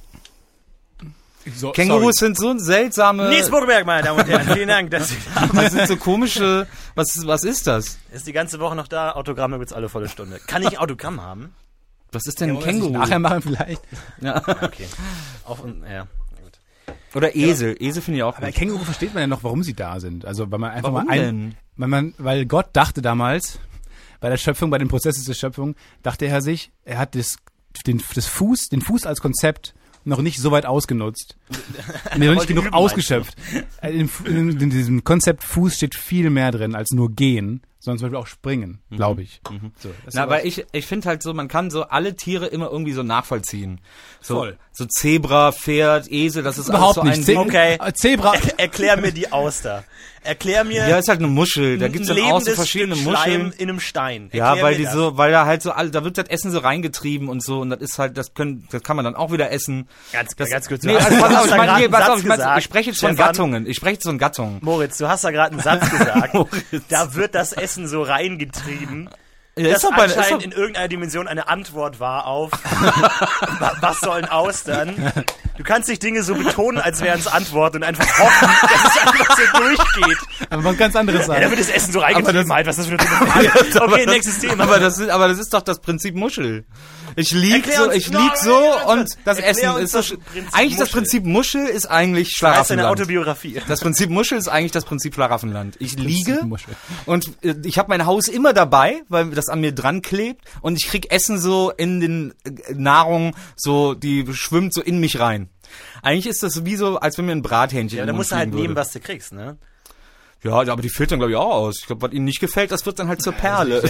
So, Kängurus sind so seltsame, Nils Bogelberg, meine Damen und Herren. Vielen Dank. Das das sind so komische, was, was ist das? ist die ganze Woche noch da. Autogramme gibt's alle volle Stunde. Kann ich ein Autogramm haben? Was ist denn ein Känguru. Känguru? Nachher machen vielleicht. Ja. Okay. Auf und... Ja. Gut. Oder Esel. Esel finde ich auch Bei gut. Känguru versteht man ja noch, warum sie da sind. Also, weil man einfach Warum mal ein, denn? Weil man, weil Gott dachte damals, bei der Schöpfung, bei den Prozessen der Schöpfung, dachte er sich, er hat das, den, das Fuß, den Fuß als Konzept noch nicht so weit ausgenutzt. Nee, noch nicht wollte genug üben, ausgeschöpft. Äh, In, in, in diesem Konzept Fuß steht viel mehr drin als nur gehen, sondern zum Beispiel auch springen, glaube ich. So, das Na, ist weil ich, ich finde halt so, man kann so alle Tiere immer irgendwie so nachvollziehen. So, Voll. so Zebra, Pferd, Esel, das ist überhaupt alles nicht. so Ze ein Ding. Okay. äh, Zebra. Erklär mir die Auster. Erklär mir... Ja, ist halt eine Muschel. Da gibt's ein dann auch so lebendes verschiedene Stück Schleim Muscheln. in einem Stein. Ja, Erklär weil mir die das. so, weil da halt so alle, da wird das Essen so reingetrieben und so und das ist halt, das können, das kann man dann auch wieder essen. Ganz, Das, ganz kurz. Nee, du hast- also, pass du auf, hast ich da meine, gerade nee, einen pass auf, Satz ich, mein, gesagt. ich spreche jetzt von Stefan, Gattungen. Ich spreche jetzt von Gattungen. Moritz, du hast da gerade einen Satz gesagt. Moritz. Da wird das Essen so reingetrieben, Ja, dass ist doch bei- ist anscheinend doch- in irgendeiner Dimension eine Antwort war auf wa- was sollen Austern? Du kannst nicht Dinge so betonen, als wären es Antworten und einfach hoffen, dass es einfach so durchgeht. Aber was ganz anderes Ja, da sagen. wird das Essen so reingetrieben, das- halt, was ist das für eine Frage? Aber Okay, das- nächstes Thema. Aber das ist, aber das ist doch das Prinzip Muschel. Ich lieg Erklär so, uns- ich No, lieg so erklär und uns- das erklär Essen uns ist so, das sch- Prinzip eigentlich das Muschel. Prinzip Muschel ist eigentlich das ist eine Schlaraffenland. Autobiografie. Das Prinzip Muschel ist eigentlich das Prinzip Schlaraffenland. Ich liege Muschel. und äh, ich habe mein Haus immer dabei, weil das an mir dran klebt und ich krieg Essen so in den äh, Nahrung, so die schwimmt so in mich rein. Eigentlich ist das wie so, als wenn mir ein Brathähnchen Ja, in da den musst du Mund halt fliegen nehmen, würde. was du kriegst, ne? Ja, aber die filtern glaube ich auch aus. Ich glaube, was ihnen nicht gefällt, das wird dann halt zur Perle.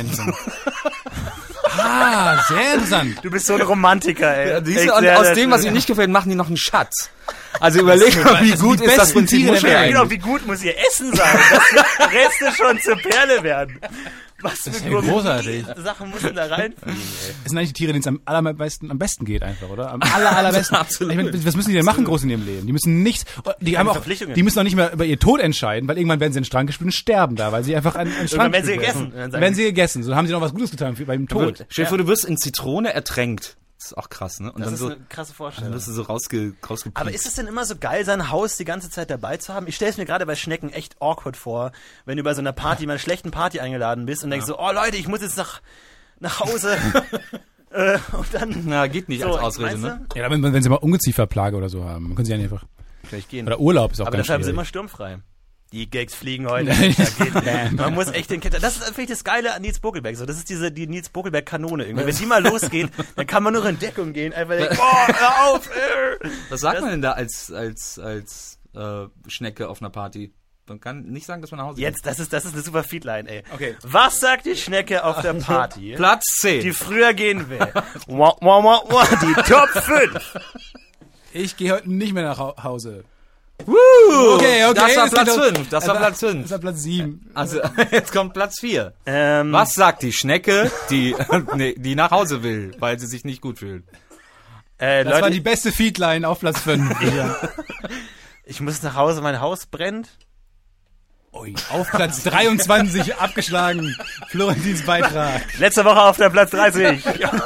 Ah, sehr interessant. Du bist so ein Romantiker, ey. Ja, siehst du, Echt und sehr, aus sehr dem, schön. was ihnen nicht gefällt, machen die noch einen Schatz. Also überleg mal, wie das sind gut die ist das besten Prinzip Tiere der Muschel Welt. eigentlich. Genau, wie gut muss ihr Essen sein, dass die Reste schon zur Perle werden. Was für ja großartig. Sachen müssen da reinfliegen, ey. Das sind eigentlich die Tiere, denen es am allerbesten, am besten geht einfach, oder? Am aller, allerbesten. Absolut. Ich meine, was müssen die denn machen groß in ihrem Leben? Die müssen nichts, die haben auch, Verpflichtungen. die müssen auch nicht mehr über ihr Tod entscheiden, weil irgendwann werden sie in den Strang gespült und sterben da, weil sie einfach an, an den Strang werden sie gespült gegessen. werden. Dann Werden sie gegessen. So haben sie noch was Gutes getan für, beim Tod. Stell dir vor, du wirst in Zitrone ertränkt. Das ist auch krass, ne? Und Das dann ist so, eine krasse dann Vorstellung. wirst du so rausge, rausgepiekt. Aber ist es denn immer so geil, sein Haus die ganze Zeit dabei zu haben? Ich stelle es mir gerade bei Schnecken echt awkward vor, wenn du bei so einer Party, bei einer schlechten Party eingeladen bist und denkst so, oh Leute, ich muss jetzt nach, nach Hause. äh, und dann... Na, geht nicht So, als Ausrede, meinst ne? du? Ja, wenn, wenn sie mal Ungezieferplage oder so haben, dann können sie ja einfach, Vielleicht gehen. oder Urlaub ist auch Aber ganz dafür haben sie schwierig. immer sturmfrei. Die Gags fliegen heute. nicht. Da geht, man muss echt den Ketter. Das ist vielleicht das Geile an Nils Bokelberg. So, das ist diese die Nils Bokelberg Kanone irgendwie. Wenn die mal losgeht, dann kann man nur in Deckung gehen. Einfach denken, boah, hör auf. Äh. Was sagt Das- man denn da als, als, als äh, Schnecke auf einer Party? Man kann nicht sagen, dass man nach Hause Jetzt, das ist das ist eine super Feedline, ey. Okay. Was sagt die Schnecke auf der Party, geht. Platz zehn. die früher gehen will? Wah, wah, wah, wah, die Top fünf. Ich gehe heute nicht mehr nach Hau- Hause. Woo! Okay, okay. Das war es Platz geht doch- fünf. Das war Platz fünf. Das war Platz sieben. Also, jetzt kommt Platz vier. Ähm, Was sagt die Schnecke, die, nee, die nach Hause will, weil sie sich nicht gut fühlt? Äh, Das Leute, war die beste Feedline auf Platz fünf. ich muss nach Hause, mein Haus brennt. Ui, auf Platz dreiundzwanzig abgeschlagen. Florentins Beitrag. Letzte Woche auf der Platz dreißig.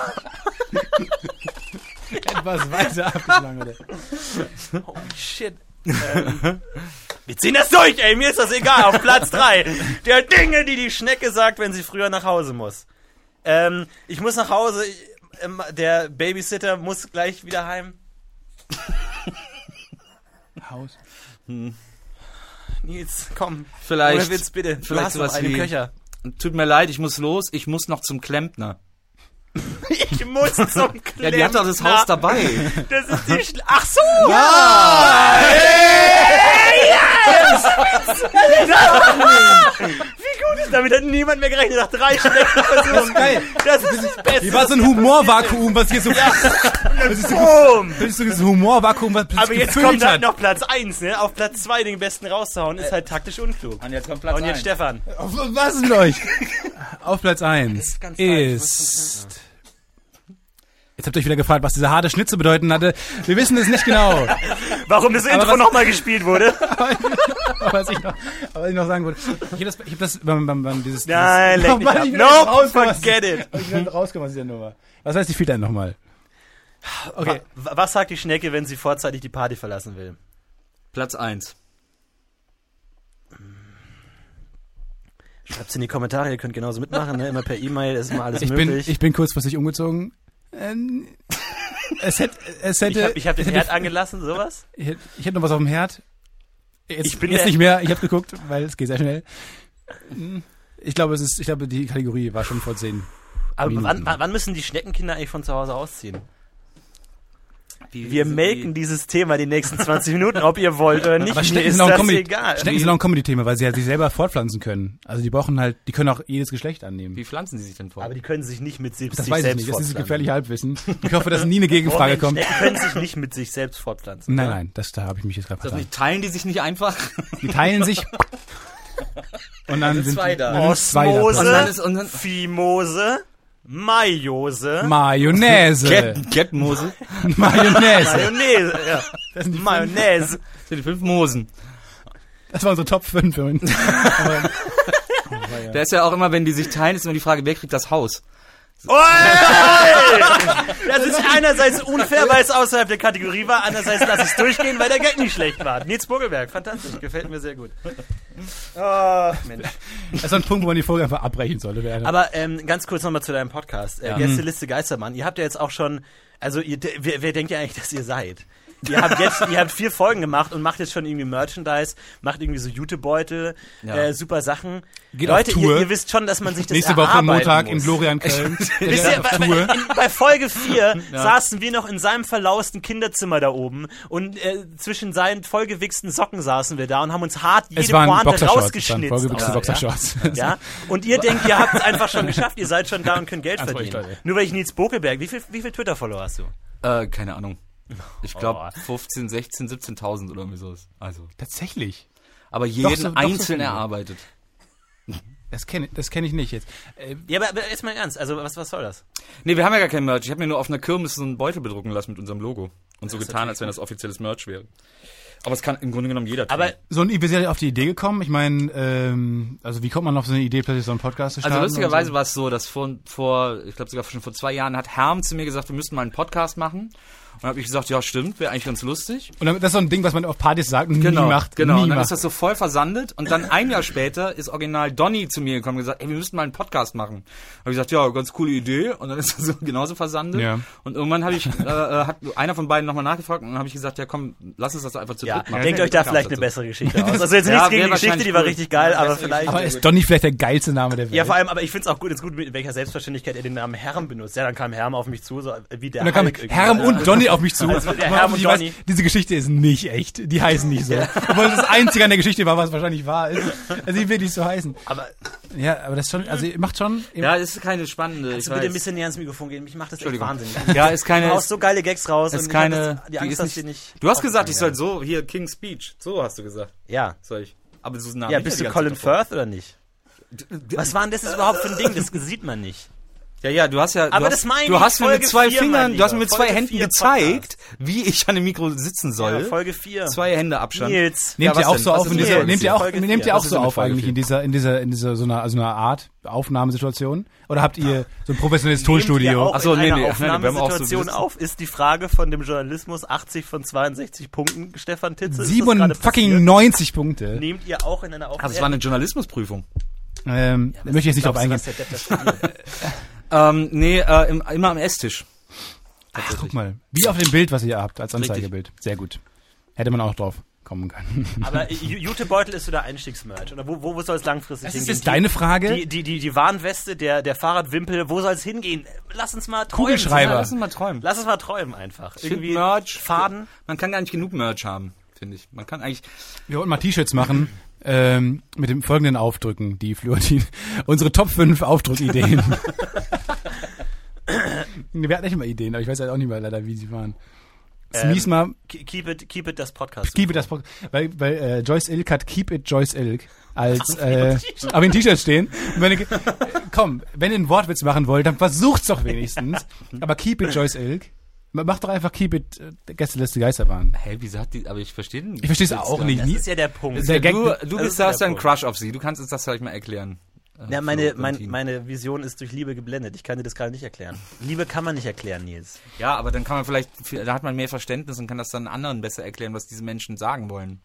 Etwas weiter abgeschlagen, oder? Holy shit. Ähm, wir ziehen das durch, ey, mir ist das egal. Auf Platz drei. Der Dinge, die die Schnecke sagt, wenn sie früher nach Hause muss. Ähm, ich muss nach Hause. Ich, ähm, der Babysitter muss gleich wieder heim. Haus. Nils, komm. Vielleicht, Ohne Witz, bitte. Du vielleicht hast noch sowas einen wie, Köcher. tut mir leid, ich muss los, ich muss noch zum Klempner. Ich muss zum Klempner. Ja, die hat doch das Haus dabei. Das ist die Schl Ach so! Ja! Wie gut ist damit? Hat niemand mehr gerechnet. Nach drei schlechten Versuchen. Geil. Das ist das Beste. Hier war so ein Humorvakuum, was hier so... Das ist so, Boom. das ist so ein Humorvakuum, was Aber jetzt gefüllt kommt halt hat. noch Platz eins, ne? Auf Platz zwei den besten rauszuhauen, ist halt taktisch unklug. Und jetzt kommt Platz Und jetzt Stefan. Auf- Was ist mit euch? Auf Platz eins ganz leicht. ist... Jetzt habt ihr euch wieder gefragt, was dieser harte Schnitt zu bedeuten hatte. Wir wissen es nicht genau. Warum das Intro was- nochmal gespielt wurde? Aber was ich noch, aber was ich noch sagen wollte, ich habe das, ich hab das beim, beim, beim dieses... Nein, dieses, leck mich ab. ich bin No, rausgekommen, was- forget it. Ich bin rausgekommen aus dieser Nummer. Was heißt die Feedline nochmal? Okay. Wa- Was sagt die Schnecke, wenn sie vorzeitig die Party verlassen will? Platz eins. Schreibt's in die Kommentare, ihr könnt genauso mitmachen, ne? Immer per E-Mail, ist immer alles Ich bin, möglich. ich bin kurzfristig umgezogen. Ähm, es hätte, es hätte, ich habe ich hab den es Herd hätte, angelassen, sowas? ich hätte, ich hätte noch was auf dem Herd. Jetzt, Ich bin jetzt der- nicht mehr. Ich habe geguckt, weil es geht sehr schnell. Hm, Ich glaube, es ist, ich glaube, die Kategorie war schon vor zehn. Aber Minuten. wann, wann wann müssen die Schneckenkinder eigentlich von zu Hause ausziehen? Wie, Wir wie- melken dieses Thema die nächsten zwanzig Minuten, ob ihr wollt oder nicht. Aber Mir Schnecken ist sind auch ein das Comedy, egal. Schnecken sind auch ein Comedy-Thema, weil sie halt sich selber fortpflanzen können. Also die brauchen halt, die können auch jedes Geschlecht annehmen. Wie pflanzen sie sich denn vor? Aber die können sich nicht mit sich, Das sich weiß ich selbst nicht, das ist fortpflanzen. gefährlich Halbwissen. Ich hoffe, dass nie eine Gegenfrage Moment, kommt. Schnecken können sich nicht mit sich selbst fortpflanzen. Nein, oder? nein, das, da habe ich mich jetzt gerade das vertan. nicht, teilen die sich nicht einfach? Die teilen sich und dann sind sind zwei da. dann sind zwei Osmose, Und dann ist- und dann- Fimose, Maiose, Mayonnaise. Get, Getmose. Mayonnaise. Mayonnaise, ja. Das sind die Mayonnaise. Das sind die fünf Mosen. Das war unsere Top fünf für uns. Aber, Da ist ja auch immer, wenn die sich teilen, ist immer die Frage, wer kriegt das Haus? Oi! Das ist einerseits unfair, weil es außerhalb der Kategorie war, andererseits lasse ich es durchgehen, weil der Gag nicht schlecht war. Nils Buckelberg, fantastisch, gefällt mir sehr gut. Oh, Mensch. das ist so ein Punkt, wo man die Folge einfach abbrechen sollte. Werner. Aber ähm, ganz kurz nochmal zu deinem Podcast. Äh, Ja. Gästeliste Geistermann. Ihr habt ja jetzt auch schon, also ihr, wer, wer denkt ja eigentlich, dass ihr seid? Ihr habt jetzt, ihr habt vier Folgen gemacht und macht jetzt schon irgendwie Merchandise, macht irgendwie so Jutebeutel, Ja. äh, super Sachen. Geht Leute, auf Tour. Ihr, ihr wisst schon, dass man sich das Nächste Woche erarbeiten Montag muss. in Florian Köln. Wisst Der ihr, ist auf bei, Tour. in, bei Folge vier saßen wir noch in seinem verlausten Kinderzimmer da oben und äh, zwischen seinen vollgewichsten Socken saßen wir da und haben uns hart jede Es waren Pointe Boxershorts. Es waren rausgeschnitzt. vollgewichste auch, Boxershorts. Ja? ja? Und ihr denkt, ihr habt es einfach schon geschafft, ihr seid schon da und könnt Geld Das war echt verdienen. toll, ey. Nur weil ich Nils Bokelberg, wie viel, wie viel Twitter-Follower hast du? Äh, keine Ahnung. Ich glaube Oh. fünfzehn, sechzehn, siebzehntausend oder irgendwie sowas. Also. Tatsächlich. Aber jeden so- doch so einzeln viele. erarbeitet. Das kenne das kenn ich nicht jetzt. Äh, Ja, aber, aber jetzt mal ernst, also was, was soll das? Nee, wir haben ja gar kein Merch. Ich habe mir nur auf einer Kirmes so einen Beutel bedrucken lassen mit unserem Logo. Und so Das ist getan, natürlich als wenn das offizielles Merch wäre. Aber es kann im Grunde genommen jeder tun. Aber so ein, wir sind ja auf die Idee gekommen. Ich meine, ähm, also wie kommt man auf so eine Idee, plötzlich so einen Podcast zu starten? Also lustigerweise und so? war es so, dass vor, vor ich glaube sogar schon vor zwei Jahren hat Herm zu mir gesagt, wir müssten mal einen Podcast machen. Und dann habe ich gesagt, ja stimmt, wäre eigentlich ganz lustig. Und dann, das ist so ein Ding, was man auf Partys sagt und Genau, nie macht. genau. Nie Und dann macht. ist das so voll versandet. Und dann ein Jahr später ist original Donny zu mir gekommen und gesagt, ey, wir müssten mal einen Podcast machen. Habe ich gesagt, ja, ganz coole Idee. Und dann ist das so genauso versandet. Ja. Und irgendwann habe ich, äh, äh, hat einer von beiden nochmal nachgefragt und dann habe ich gesagt, ja komm, lass uns das doch einfach zu ja, dritt machen. denkt Ja, euch da kam vielleicht dazu. eine bessere Geschichte aus. Also jetzt Ja, nichts gegen wäre die Geschichte, wahrscheinlich die war cool. richtig geil, Ja, aber bessere vielleicht... Aber ist Donny vielleicht der geilste Name der Welt? Ja, vor allem, aber ich find's auch gut, ist gut, mit welcher Selbstverständlichkeit er den Namen Herm benutzt. Ja, dann kam Herm auf mich zu, so wie der Und dann kam Hulk irgendwie. Herm Ja. und Donny auf mich zu. Also der Aber Herm und ich weiß, Donny. diese Geschichte ist nicht echt. Die heißen nicht so. Obwohl das Einzige an der Geschichte war, was wahrscheinlich wahr ist. Also die will nicht so heißen. Aber Ja, aber das schon, also ihr macht schon... Ja, das ist keine spannende. Kannst ich du bitte weiß. ein bisschen näher ans Mikrofon gehen? Mich macht das echt Entschuldigung. wahnsinnig. Ja, ist keine... Du haust so geile Gags raus ist und keine, ich hab das, die die Angst, ist dass nicht, wir nicht... Du hast gesagt, ich soll aufgefangen so, hier, King's Speech. So hast du gesagt. werden. Ja. Soll ich. Aber so nah Ja, nicht bist die du ganze Colin Zeit davor. Firth oder nicht? Was war denn das jetzt überhaupt für ein Ding? Das sieht man nicht. Ja, ja, du hast ja, Aber du das hast, meine du ich, hast mir Folge mit zwei vier, mein Fingern, du hast mir Lieber. mit zwei Folge Händen vier gezeigt, wie ich an dem Mikro sitzen soll. Ja, Folge vier. Zwei Hände Abstand. Nils. Nehmt Ja, ihr was auch denn? so Was auf ist in mit dieser, Folge nehmt ihr vier? auch, Folge nehmt vier. ihr auch Was ist so denn mit auf Folge eigentlich vier? in dieser, in dieser, in dieser, so einer, also einer Art Aufnahmesituation? Oder habt ihr so ein professionelles Nehmt ihr Tonstudio? auch Ach so, in nee, einer nee, nee, wir haben auch so Aufnahmesituation Blitze. auf? Ist die Frage von dem Journalismus achtzig von zweiundsechzig Punkten, Stefan Titze? Ist das Sieben gerade fucking passiert? neunzig Punkte. Nehmt ihr auch in einer Aufnahme? Also es war eine Journalismusprüfung. Ähm, da möchte ich jetzt nicht drauf eingehen. Ähm, nee, äh, im, immer am Esstisch. Ach, guck mal. Wie auf dem Bild, was ihr habt, als Richtig. Anzeigebild. Sehr gut. Hätte man auch drauf kommen können. Aber Ju- Jutebeutel ist so der Einstiegsmerch. Oder wo, wo, wo soll es langfristig Das ist hingehen? jetzt deine Frage? Die, die, die, die Warnweste, der, der Fahrradwimpel, wo soll es hingehen? Lass uns mal träumen. Kugelschreiber. Ja, lass uns mal träumen. Lass uns mal träumen einfach. Ich find Irgendwie Merch, Faden. Man kann gar nicht genug Merch haben, finde ich. Man kann eigentlich, Wir wollten mal T-Shirts machen, ähm, mit dem folgenden Aufdrücken, die Florentin. Unsere Top fünf Aufdruckideen. Wir hatten nicht immer Ideen, aber ich weiß halt auch nicht mehr leider, wie sie waren. Sneeze mal, Keep it, keep it das Podcast. keep it das Pro- weil, weil äh, Joyce Ilk hat Keep it Joyce Ilk als äh, auf dem T-Shirt stehen. Und wenn ihr, komm, wenn ihr einen Wortwitz machen wollt, dann versucht's doch wenigstens. Aber Keep it Joyce Ilk. Macht doch einfach Keep it äh, Gästeliste Geisterbahn. hä, wieso hat die, aber ich verstehe den. Ich verstehe es auch nicht. Das Nie- ist ja der Punkt. Der Gag- Du, Das du ist bist, da hast du der einen Punkt. Crush auf sie. Du kannst uns das vielleicht mal erklären. Äh, Ja, meine, Flo, mein, Valentin. meine Vision ist durch Liebe geblendet. Ich kann dir das gerade nicht erklären. Liebe kann man nicht erklären, Nils. Ja, aber dann kann man vielleicht, da hat man mehr Verständnis und kann das dann anderen besser erklären, was diese Menschen sagen wollen.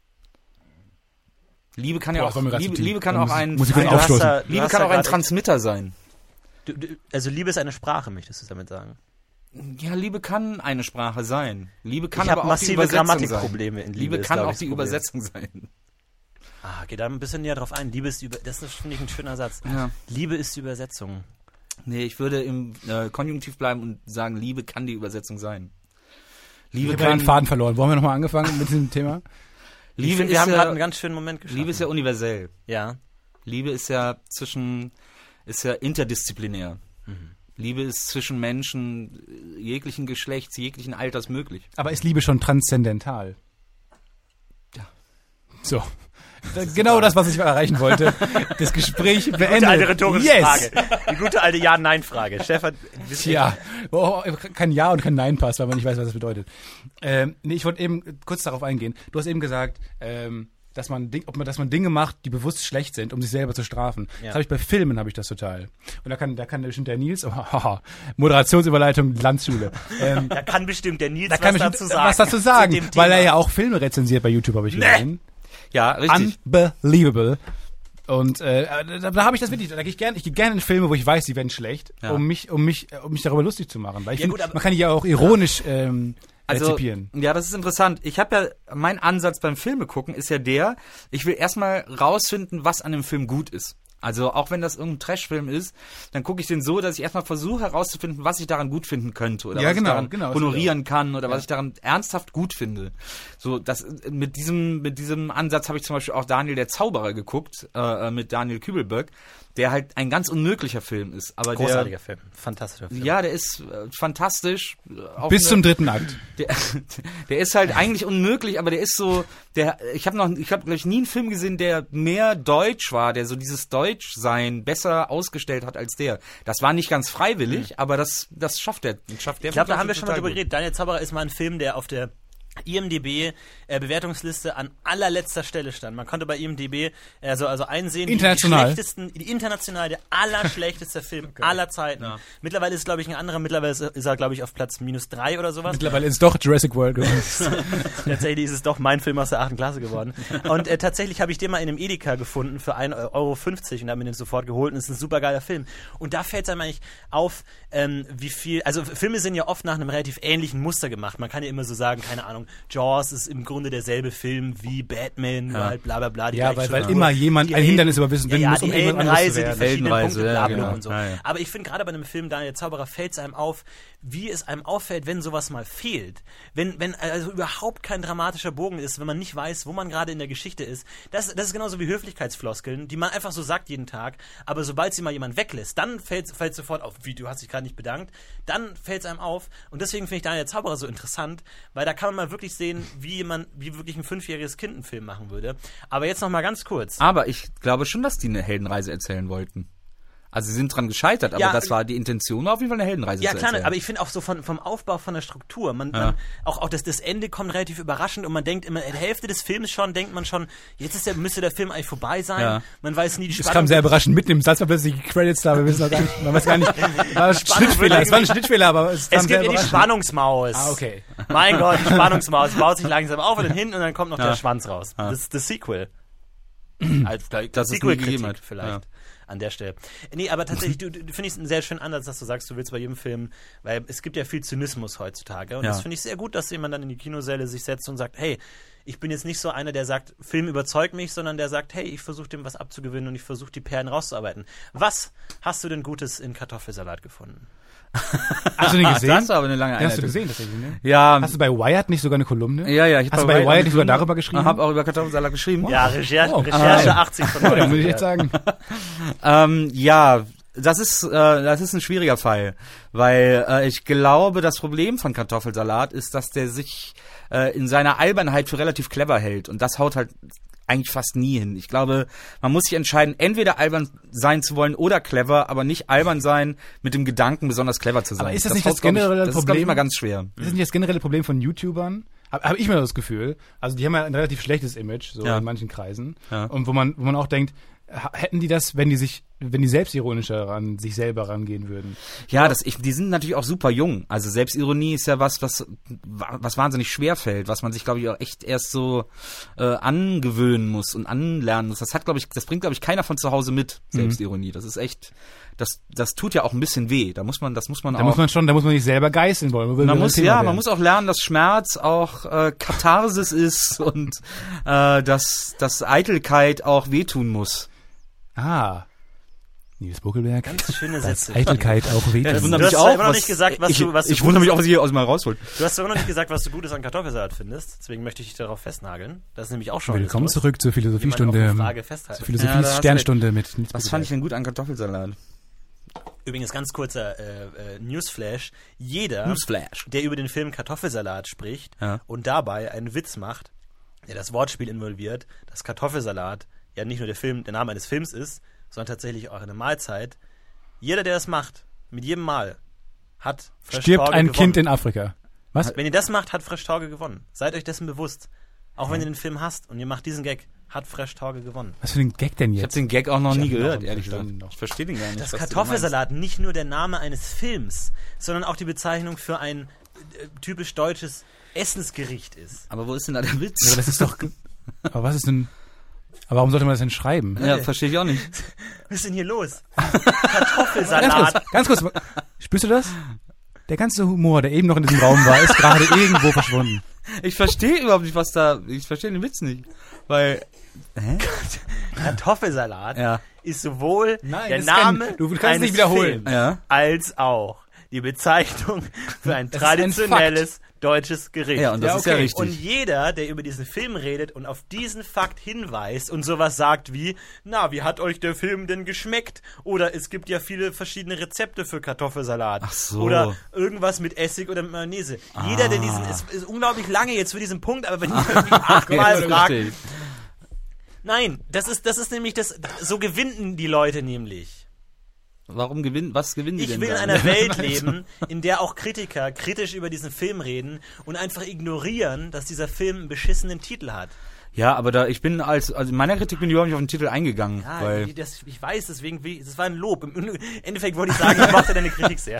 Liebe kann ja Boah, auch, das war mir grad zu Liebe, tief. Liebe kann Da auch muss ich- ein, muss ich kurz ein Du hast aufstoßen. da- du Liebe hast kann da auch ein gerade- Transmitter sein. Du, du, also Liebe ist eine Sprache, möchtest du damit sagen? Ja, Liebe kann eine Sprache sein. Liebe kann Ich hab aber auch die massive Übersetzung sein. Grammatikprobleme in Liebe, Liebe ist, kann glaub auch ich, die das Problem. Übersetzung sein. Ah, geh da ein bisschen näher drauf ein. Liebe ist die Über das ist, finde ich, ein schöner Satz. Ja. Liebe ist die Übersetzung. Nee, ich würde im äh, Konjunktiv bleiben und sagen, Liebe kann die Übersetzung sein. Liebe Ich habe kann, den Faden verloren. Wollen wir nochmal angefangen mit diesem Thema? Ich Liebe finde, ist wir haben ja, gerade einen ganz schönen Moment geschaffen. Liebe ist ja universell. ja. Liebe ist ja zwischen, ist ja interdisziplinär. Liebe ist zwischen Menschen jeglichen Geschlechts, jeglichen Alters möglich. Aber ist Liebe schon transzendental? Ja. So. Das genau das, was ich erreichen wollte. Das Gespräch beendet. Gute alte rhetorische yes. Frage. Die gute alte Ja-Nein-Frage. Stefan, Tja, oh, kein Ja und kein Nein passt, weil man nicht weiß, was das bedeutet. Ähm, nee, ich wollte eben kurz darauf eingehen. Du hast eben gesagt, ähm, dass man, Ding, ob man, dass man Dinge macht, die bewusst schlecht sind, um sich selber zu strafen. Ja. Das habe ich bei Filmen, habe ich das total. Und da kann, da kann bestimmt der Nils, oh, haha, Moderationsüberleitung, Landschule. Ähm, da kann bestimmt der Nils da kann was bestimmt dazu sagen. was dazu sagen, Zu dem weil er Thema. ja auch Filme rezensiert bei YouTube, habe ich gesehen. Ja, richtig. Unbelievable. Und äh, da, da habe ich das wirklich, da gehe ich gerne, ich gehe gerne in Filme, wo ich weiß, die werden schlecht, Ja. um mich, um mich, um mich darüber lustig zu machen. Weil ich Ja, finde, gut, aber- man kann die ja auch ironisch ähm, Also, rezipieren. ja, das ist interessant. Ich habe ja, mein Ansatz beim Filme gucken ist ja der, ich will erstmal rausfinden, was an dem Film gut ist. Also auch wenn das irgendein Trashfilm ist, dann gucke ich den so, dass ich erstmal versuche herauszufinden, was ich daran gut finden könnte oder Ja, was genau, ich daran genau, das honorieren kann oder was ich daran ernsthaft gut finde. So, das mit diesem mit diesem Ansatz habe ich zum Beispiel auch Daniel der Zauberer geguckt äh, mit Daniel Kübelberg, der halt ein ganz unmöglicher Film ist, aber Großartiger Film. Fantastischer Film. der ja, der ist äh, fantastisch. äh, auf Bis eine- zum dritten Akt. der, der ist halt eigentlich unmöglich, aber der ist so, der, ich habe noch, ich habe glaube ich nie einen Film gesehen, der mehr deutsch war, der so dieses Deutschsein besser ausgestellt hat als der. Das war nicht ganz freiwillig, mhm. aber das, das schafft der, schafft der. Ich glaube, da haben wir schon mal total drüber gut. geredet. Daniel Zauberer ist mal ein Film, der auf der I M D B äh, Bewertungsliste an allerletzter Stelle stand. Man konnte bei I M D B also, also einsehen, International. die schlechtesten, die international der allerschlechteste Film aller Zeiten. Ja. Mittlerweile ist, glaube ich, ein anderer, mittlerweile ist, ist er, glaube ich, auf Platz minus drei oder sowas. Mittlerweile ist es doch Jurassic World geworden. Tatsächlich ist es doch mein Film aus der achten Klasse geworden. Und äh, tatsächlich habe ich den mal in einem Edeka gefunden für ein Euro fünfzig und habe mir den sofort geholt und es ist ein super geiler Film. Und da fällt es einem eigentlich auf, ähm, wie viel, also Filme sind ja oft nach einem relativ ähnlichen Muster gemacht. Man kann ja immer so sagen, keine Ahnung, Ahnung, Jaws ist im Grunde derselbe Film wie Batman, Ja. halt bla bla bla. Die Ja, gleiche weil, weil Struktur. immer jemand Die ein Hel- Hindernis überwinden ja, will, ja, muss die um irgendwas anderes zu Heldenreise, die werden. verschiedenen Heldenreise, Punkte, ja, bla bla genau. und so. Ja, ja. Aber ich finde, gerade bei einem Film Daniel Zauberer fällt es einem auf, wie es einem auffällt, wenn sowas mal fehlt. Wenn, wenn also überhaupt kein dramatischer Bogen ist, wenn man nicht weiß, wo man gerade in der Geschichte ist. Das, das ist genauso wie Höflichkeitsfloskeln, die man einfach so sagt jeden Tag, aber sobald sie mal jemand weglässt, dann fällt es sofort auf, wie, du hast dich gerade nicht bedankt, dann fällt es einem auf. Und deswegen finde ich Daniel Zauberer so interessant, weil da kann man mal wirklich sehen, wie jemand, wie wirklich ein fünfjähriges Kind einen Film machen würde. Aber jetzt noch mal ganz kurz. Aber ich glaube schon, dass die eine Heldenreise erzählen wollten. Also sie sind dran gescheitert, aber Ja, das war die Intention, war auf jeden Fall eine Heldenreise Ja, zu klar, erzählen. aber ich finde auch so von, vom Aufbau von der Struktur, man, Ja. man auch, auch das, das Ende kommt relativ überraschend und man denkt immer, in der Hälfte des Films schon, denkt man schon, jetzt ist der, müsste der Film eigentlich vorbei sein. Ja. Man weiß nie die Das Spannung. kam sehr überraschend mitten im Satz, war plötzlich die Credits da, wir wissen noch gar nicht, man weiß gar nicht, war ein Schnittfehler, es war ein Schnittfehler, aber es kam Es sehr gibt ja die überraschend. Spannungsmaus. Ah, okay. Mein Gott, die Spannungsmaus baut sich langsam auf und dann hinten und dann kommt noch Ja. der Schwanz raus. Das ist das Sequel. Als Dass es nie Sequel-Kritik gegeben hat. vielleicht. Ja. An der Stelle. Nee, aber tatsächlich, du, du finde ich es einen sehr schönen Ansatz, dass du sagst, du willst bei jedem Film, weil es gibt ja viel Zynismus heutzutage und Ja. das finde ich sehr gut, dass jemand dann in die Kinosäle sich setzt und sagt, hey, ich bin jetzt nicht so einer, der sagt, Film überzeugt mich, sondern der sagt, hey, ich versuche dem was abzugewinnen und ich versuche die Perlen rauszuarbeiten. Was hast du denn Gutes in Kartoffelsalat gefunden? Hast du den gesehen? Das ist aber eine lange Den hast du Einleitung. gesehen, tatsächlich, ne? Ja, Hast du bei Wired nicht sogar eine Kolumne? ja, ja. Ich Hast du bei Wired nicht sogar darüber geschrieben? Ich habe auch über Kartoffelsalat geschrieben. Ja, Recherche, Oh. Recherche Ah. achtzig von Ja, neunzig. muss ich echt sagen. Ähm, ja, das ist, äh, das ist ein schwieriger Fall, weil äh, ich glaube, das Problem von Kartoffelsalat ist, dass der sich äh, in seiner Albernheit für relativ clever hält und das haut halt eigentlich fast nie hin. Ich glaube, man muss sich entscheiden, entweder albern sein zu wollen oder clever, aber nicht albern sein mit dem Gedanken, besonders clever zu sein. Aber ist das nicht das haut, glaub ich, generelle Das ist, glaube Problem? ich, immer ganz schwer. Das ist nicht das generelle Problem von YouTubern. Habe hab ich mir das Gefühl. Also die haben ja ein relativ schlechtes Image, so Ja. in manchen Kreisen. Ja. Und wo man, wo man auch denkt, ha- hätten die das, wenn die sich, wenn die selbstironischer an sich selber rangehen würden. Ja, das, ich, die sind natürlich auch super jung. Also Selbstironie ist ja was, was, was wahnsinnig schwer fällt, was man sich, glaube ich, auch echt erst so äh, angewöhnen muss und anlernen muss. Das hat, glaube ich, das bringt, glaube ich, keiner von zu Hause mit, Selbstironie. Das ist echt, das, das tut ja auch ein bisschen weh. Da muss man, das muss man Da auch. muss man schon, da muss man sich selber geißeln wollen. man muss, ja, man muss auch lernen, dass Schmerz auch äh, Katharsis ist und äh, dass, dass Eitelkeit auch wehtun muss. Ah. Nils Buckelberg. Ganz schöne Dass Sätze. Eitelkeit auch wehtun. Das Du wundert hast mich zwar auch, immer noch was- nicht gesagt, was ich, du- was du ich wundere mich Gutes- auch, was ihr aus mir rausholt. Du hast aber noch nicht gesagt, was du Gutes an Kartoffelsalat findest. Deswegen möchte ich dich darauf festnageln. Das ist nämlich auch schon Willkommen alles zurück zur los, wie man auf Philosophiestunde. eine Frage festhalten. Zur Ja, da hast du Philosophie-Sternstunde mit Nils Was fand ich Buckelberg. denn gut an Kartoffelsalat? Übrigens ganz kurzer äh, äh, Newsflash. Jeder, Newsflash. der über den Film Kartoffelsalat spricht Ja. und dabei einen Witz macht, der das Wortspiel involviert, dass Kartoffelsalat ja nicht nur der Film, der Name eines Films ist, sondern tatsächlich auch eine Mahlzeit. Jeder, der das macht, mit jedem Mal, hat Fresh Stirbt Torge ein gewonnen. Kind in Afrika. Was? Wenn ihr das macht, hat Fresh Torge gewonnen. Seid euch dessen bewusst. Auch wenn ihr den Film hasst und ihr macht diesen Gag, hat Fresh Torge gewonnen. Was für ein Gag denn Ich habe jetzt? den Gag auch noch Ich nie hab ihn gehört, noch ehrlich gesagt. verstanden noch. Ich verstehe den gar nicht. Dass was du Kartoffelsalat nicht nur der Name eines Films, sondern auch die Bezeichnung für ein äh, typisch deutsches Essensgericht ist. meinst. Aber wo ist denn da der Ja, Witz? aber das ist doch. Aber was ist denn. Aber warum sollte man das denn schreiben? Ja, verstehe ich auch nicht. Was ist denn hier los? Ganz Kartoffelsalat. kurz, ganz kurz. Spürst du das? Der ganze Humor, der eben noch in diesem Raum war, ist gerade irgendwo verschwunden. Ich verstehe überhaupt nicht, was da. Ich verstehe den Witz nicht. Weil. Hä? Kartoffelsalat Ja. ist sowohl Nein, der das kann- Name du kannst eines nicht wiederholen. Films Ja. als auch die Bezeichnung für ein Das ist ein traditionelles deutsches Gericht. Ja, und das Ja, ist ja okay. richtig. Und jeder, der über diesen Film redet und auf diesen Fakt hinweist und sowas sagt wie, na, wie hat euch der Film denn geschmeckt? Oder es gibt ja viele verschiedene Rezepte für Kartoffelsalat. Ach so. Oder irgendwas mit Essig oder mit Mayonnaise. Jeder, der diesen, es ist unglaublich lange jetzt für diesen Punkt, aber wenn ich irgendwie achtmal Jetzt fragt, verstehe ich. nein, das ist, das ist nämlich das, so gewinnen die Leute nämlich. Warum gewinnen, was gewinnen die Ich denn will in da? einer Welt leben, in der auch Kritiker kritisch über diesen Film reden und einfach ignorieren, dass dieser Film einen beschissenen Titel hat. Ja, aber da ich bin als also in meiner Kritik bin ich überhaupt nicht auf den Titel eingegangen, Ja, weil die- das, ich weiß, deswegen, will ich- das war ein Lob. Im Endeffekt wollte ich sagen, ich mochte deine Kritik sehr.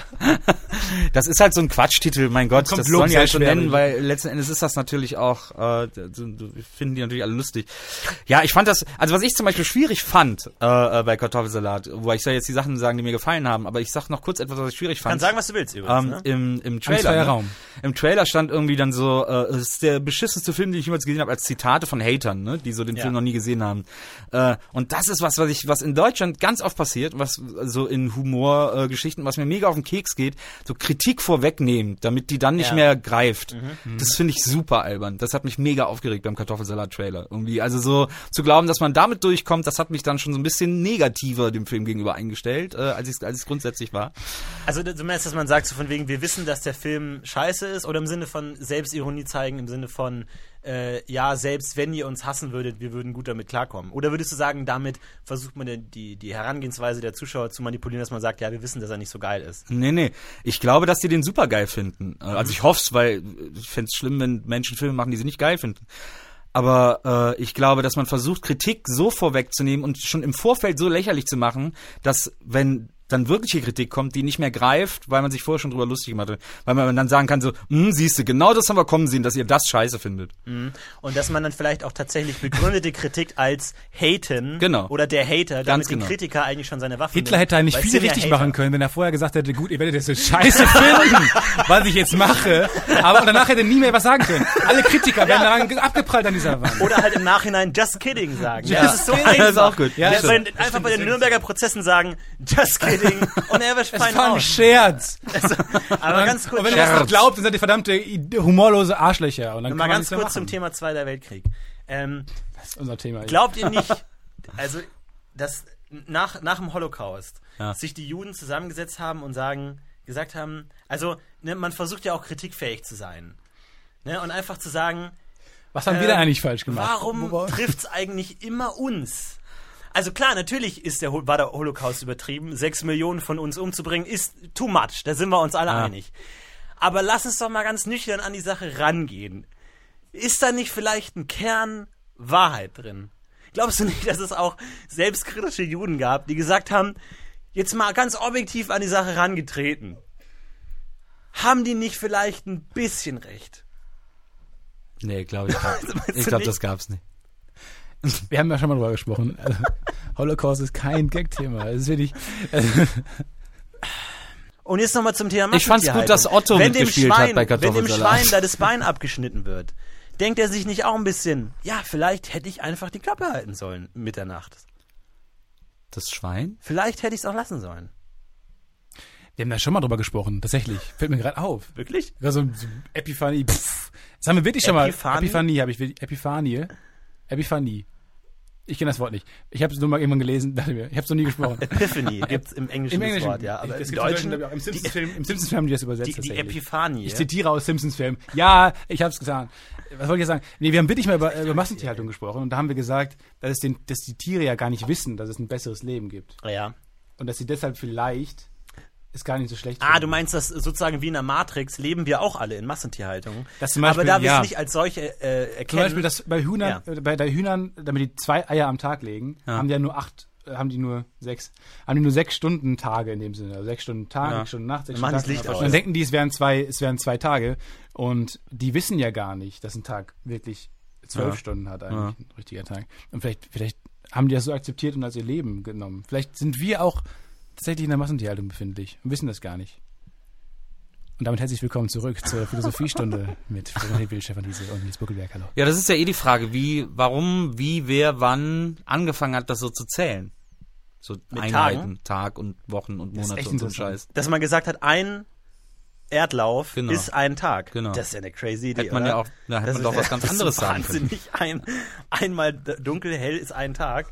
das ist halt so ein Quatschtitel, mein Gott, Kommt das Lob sollen die sehr halt so nennen, schwer, weil letzten Endes ist das natürlich auch, äh, so- so- finden die natürlich alle lustig. Ja, ich fand das, also was ich zum Beispiel schwierig fand äh, äh, bei Kartoffelsalat, wo ich soll jetzt die Sachen sagen, die mir gefallen haben, aber ich sag noch kurz etwas, was ich schwierig fand. Kannst sagen, was du willst übrigens. Ähm, ne? im, im Ein freier Trailer. Ne? Raum. Im Trailer stand irgendwie dann so, äh, es ist der beschissenste Film, den ich jemals gesehen habe, als Zitate von Hatern, ne, die so den Ja. Film noch nie gesehen haben. Äh, und das ist was, was ich, was in Deutschland ganz oft passiert, was so in Humorgeschichten, äh, Geschichten, was mir mega auf den Keks geht, so Kritik vorwegnehmen, damit die dann nicht Ja. mehr greift. Mhm. Das finde ich super albern. Das hat mich mega aufgeregt beim Kartoffelsalat-Trailer. Irgendwie, also so zu glauben, dass man damit durchkommt, das hat mich dann schon so ein bisschen negativer dem Film gegenüber eingestellt, äh, als ich als es grundsätzlich war. Also du meinst, dass man sagt, so von wegen, wir wissen, dass der Film scheiße ist, oder im Sinne von Selbstironie zeigen, im Sinne von, äh, ja, selbst wenn ihr uns hassen würdet, wir würden gut damit klarkommen. Oder würdest du sagen, damit versucht man die, die, die Herangehensweise der Zuschauer zu manipulieren, dass man sagt, ja, wir wissen, dass er nicht so geil ist. Nee, nee. Ich glaube, dass die den super geil finden. Also ich hoff's, weil ich fänd's schlimm, wenn Menschen Filme machen, die sie nicht geil finden. Aber äh, ich glaube, dass man versucht, Kritik so vorwegzunehmen und schon im Vorfeld so lächerlich zu machen, dass, wenn dann wirkliche Kritik kommt, die nicht mehr greift, weil man sich vorher schon drüber lustig gemacht hat. Weil man dann sagen kann so, hm, siehst du, genau das haben wir kommen sehen, dass ihr das scheiße findet. Und dass man dann vielleicht auch tatsächlich begründete Kritik als Haten Genau. oder der Hater, damit Ganz den genau. Kritiker eigentlich schon seine Waffen Hitler nimmt. hätte eigentlich Weil es viel sind ja richtig Hater. machen können, wenn er vorher gesagt hätte, gut, ihr werdet das jetzt scheiße finden, was ich jetzt mache. Aber danach hätte er nie mehr was sagen können. Alle Kritiker wären daran ge- abgeprallt an dieser Wand. Oder halt im Nachhinein just kidding sagen. Ja. Das ist so Das einfach. ist auch gut. Ja, Ja, stimmt. wenn, Das einfach stimmt, bei den das Nürnberger Prozessen sagen, just kidding, und er wird Das fein war ein aus. Scherz. Aber ganz kurz, Und wenn ihr Scherz. das nicht glaubt, dann seid ihr verdammte humorlose Arschlöcher. Und dann mal kann man ganz nichts mehr kurz zum machen. Thema Zweiter Weltkrieg. Ähm, Das ist unser Thema. glaubt ihr nicht, also, dass nach, nach dem Holocaust Ja. sich die Juden zusammengesetzt haben und sagen, gesagt haben, also, ne, man versucht ja auch kritikfähig zu sein. Ne, und einfach zu sagen, Was haben wir Ähm, da eigentlich falsch gemacht? warum Wo- trifft's eigentlich immer uns? Also klar, natürlich ist der, Hol- war der Holocaust übertrieben. Sechs Millionen von uns umzubringen ist too much. Da sind wir uns alle Ja. einig. Aber lass uns doch mal ganz nüchtern an die Sache rangehen. Ist da nicht vielleicht ein Kern Wahrheit drin? Glaubst du nicht, dass es auch selbstkritische Juden gab, die gesagt haben, jetzt mal ganz objektiv an die Sache rangetreten? Haben die nicht vielleicht ein bisschen recht? Nee, glaube ich nicht. Meinst Ich du glaube, nicht? das gab's nicht. Wir haben ja schon mal drüber gesprochen. Also, Holocaust ist kein Gag-Thema. Es ist wirklich. Und jetzt nochmal zum Thema Ich fand's gut, Massentierhaltung. dass Otto wenn dem mitgespielt hat Schwein, bei Wenn dem Kartoffelsalat. Schwein da das Bein abgeschnitten wird, denkt er sich nicht auch ein bisschen, ja, vielleicht hätte ich einfach die Klappe halten sollen mit der Nacht. Das Schwein? Vielleicht hätte ich es auch lassen sollen. Wir haben da schon mal drüber gesprochen. Tatsächlich. Fällt mir gerade auf. Wirklich? Also, so Epiphanie. Pff. Das haben wir wirklich schon mal. Epiphanie? Epiphanie habe ich. wirklich- Epiphanie. Epiphanie. Ich kenne das Wort nicht. Ich habe es nur mal irgendwann gelesen. Dachte mir, ich habe es noch nie gesprochen. Epiphany gibt's im Englischen Im das Englischen. Wort, ja. Aber das im gibt's Deutschen, glaub ich, auch im Simpsons-Film Im Simpsons-Film haben die das übersetzt. die, die tatsächlich. Epiphanie. Ich ja? zitiere aus Simpsons-Film. Ja, ich habe es getan. Was wollte ich jetzt sagen? Nee, wir haben wirklich mal über, über Massentierhaltung gesprochen und da haben wir gesagt, dass, es den, dass die Tiere ja gar nicht wissen, dass es ein besseres Leben gibt. Ja. Und dass sie deshalb vielleicht es gar nicht so schlecht Ah, finden. du meinst, dass sozusagen wie in der Matrix leben wir auch alle in Massentierhaltung. Das zum Beispiel, Aber da wir ja. es nicht als solche äh, erkennen. Zum Beispiel, dass bei Hühnern, Ja. äh, bei der Hühnern, damit die zwei Eier am Tag legen, Ja. haben die ja nur acht, äh, haben die nur sechs, haben die nur sechs Stunden Tage in dem Sinne. Also sechs Stunden Tag, Ja. sechs Stunden Nacht, sechs Dann machen Stunden die das Tag. Licht Und dann aus. denken die, es wären zwei, es wären zwei Tage. Und die wissen ja gar nicht, dass ein Tag wirklich zwölf Ja. Stunden hat eigentlich, ein richtiger Tag. Und vielleicht, vielleicht haben die das so akzeptiert und als ihr Leben genommen. Vielleicht sind wir auch tatsächlich in der Massentierhaltung befindlich und wissen das gar nicht. Und damit herzlich willkommen zurück zur Philosophiestunde mit Florian Hebel, Stefan Hiese und Nils Buckelberg. Hallo. Ja, das ist ja eh die Frage, wie, warum, wie, wer, wann angefangen hat, das so zu zählen. So Mit Einheiten, Tagen? Tag und Wochen und Das ist Monate echt und so ein interessant. Scheiß. Dass man gesagt hat, ein Erdlauf Genau. ist ein Tag. Genau. Das ist ja eine crazy Idee, Hätte man oder? ja auch, da hätte Das man doch ist- was ganz das ist anderes sagen können. wahnsinnig. Ein, einmal d- dunkel, hell ist ein Tag.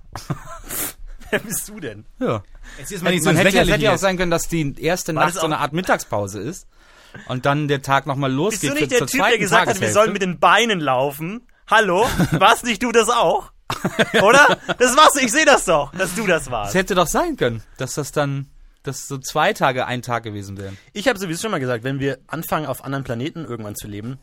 Wer bist du denn? Ja. Jetzt ist Man, nicht man ins hätte, es Lächerliche hätte ja auch jetzt. sein können, dass die erste War Nacht das so eine auch- Art Mittagspause ist und dann der Tag nochmal losgeht. Bist du nicht für- der zur Typ, der zweiten gesagt hat, wir Tageshälfte? sollen mit den Beinen laufen? Hallo? Warst nicht du das auch? Oder? Das warst du, ich sehe das doch, dass du das Es warst. hätte doch sein können, dass das dann, dass so zwei Tage ein Tag gewesen wären. Ich habe sowieso schon mal gesagt, wenn wir anfangen, auf anderen Planeten irgendwann zu leben,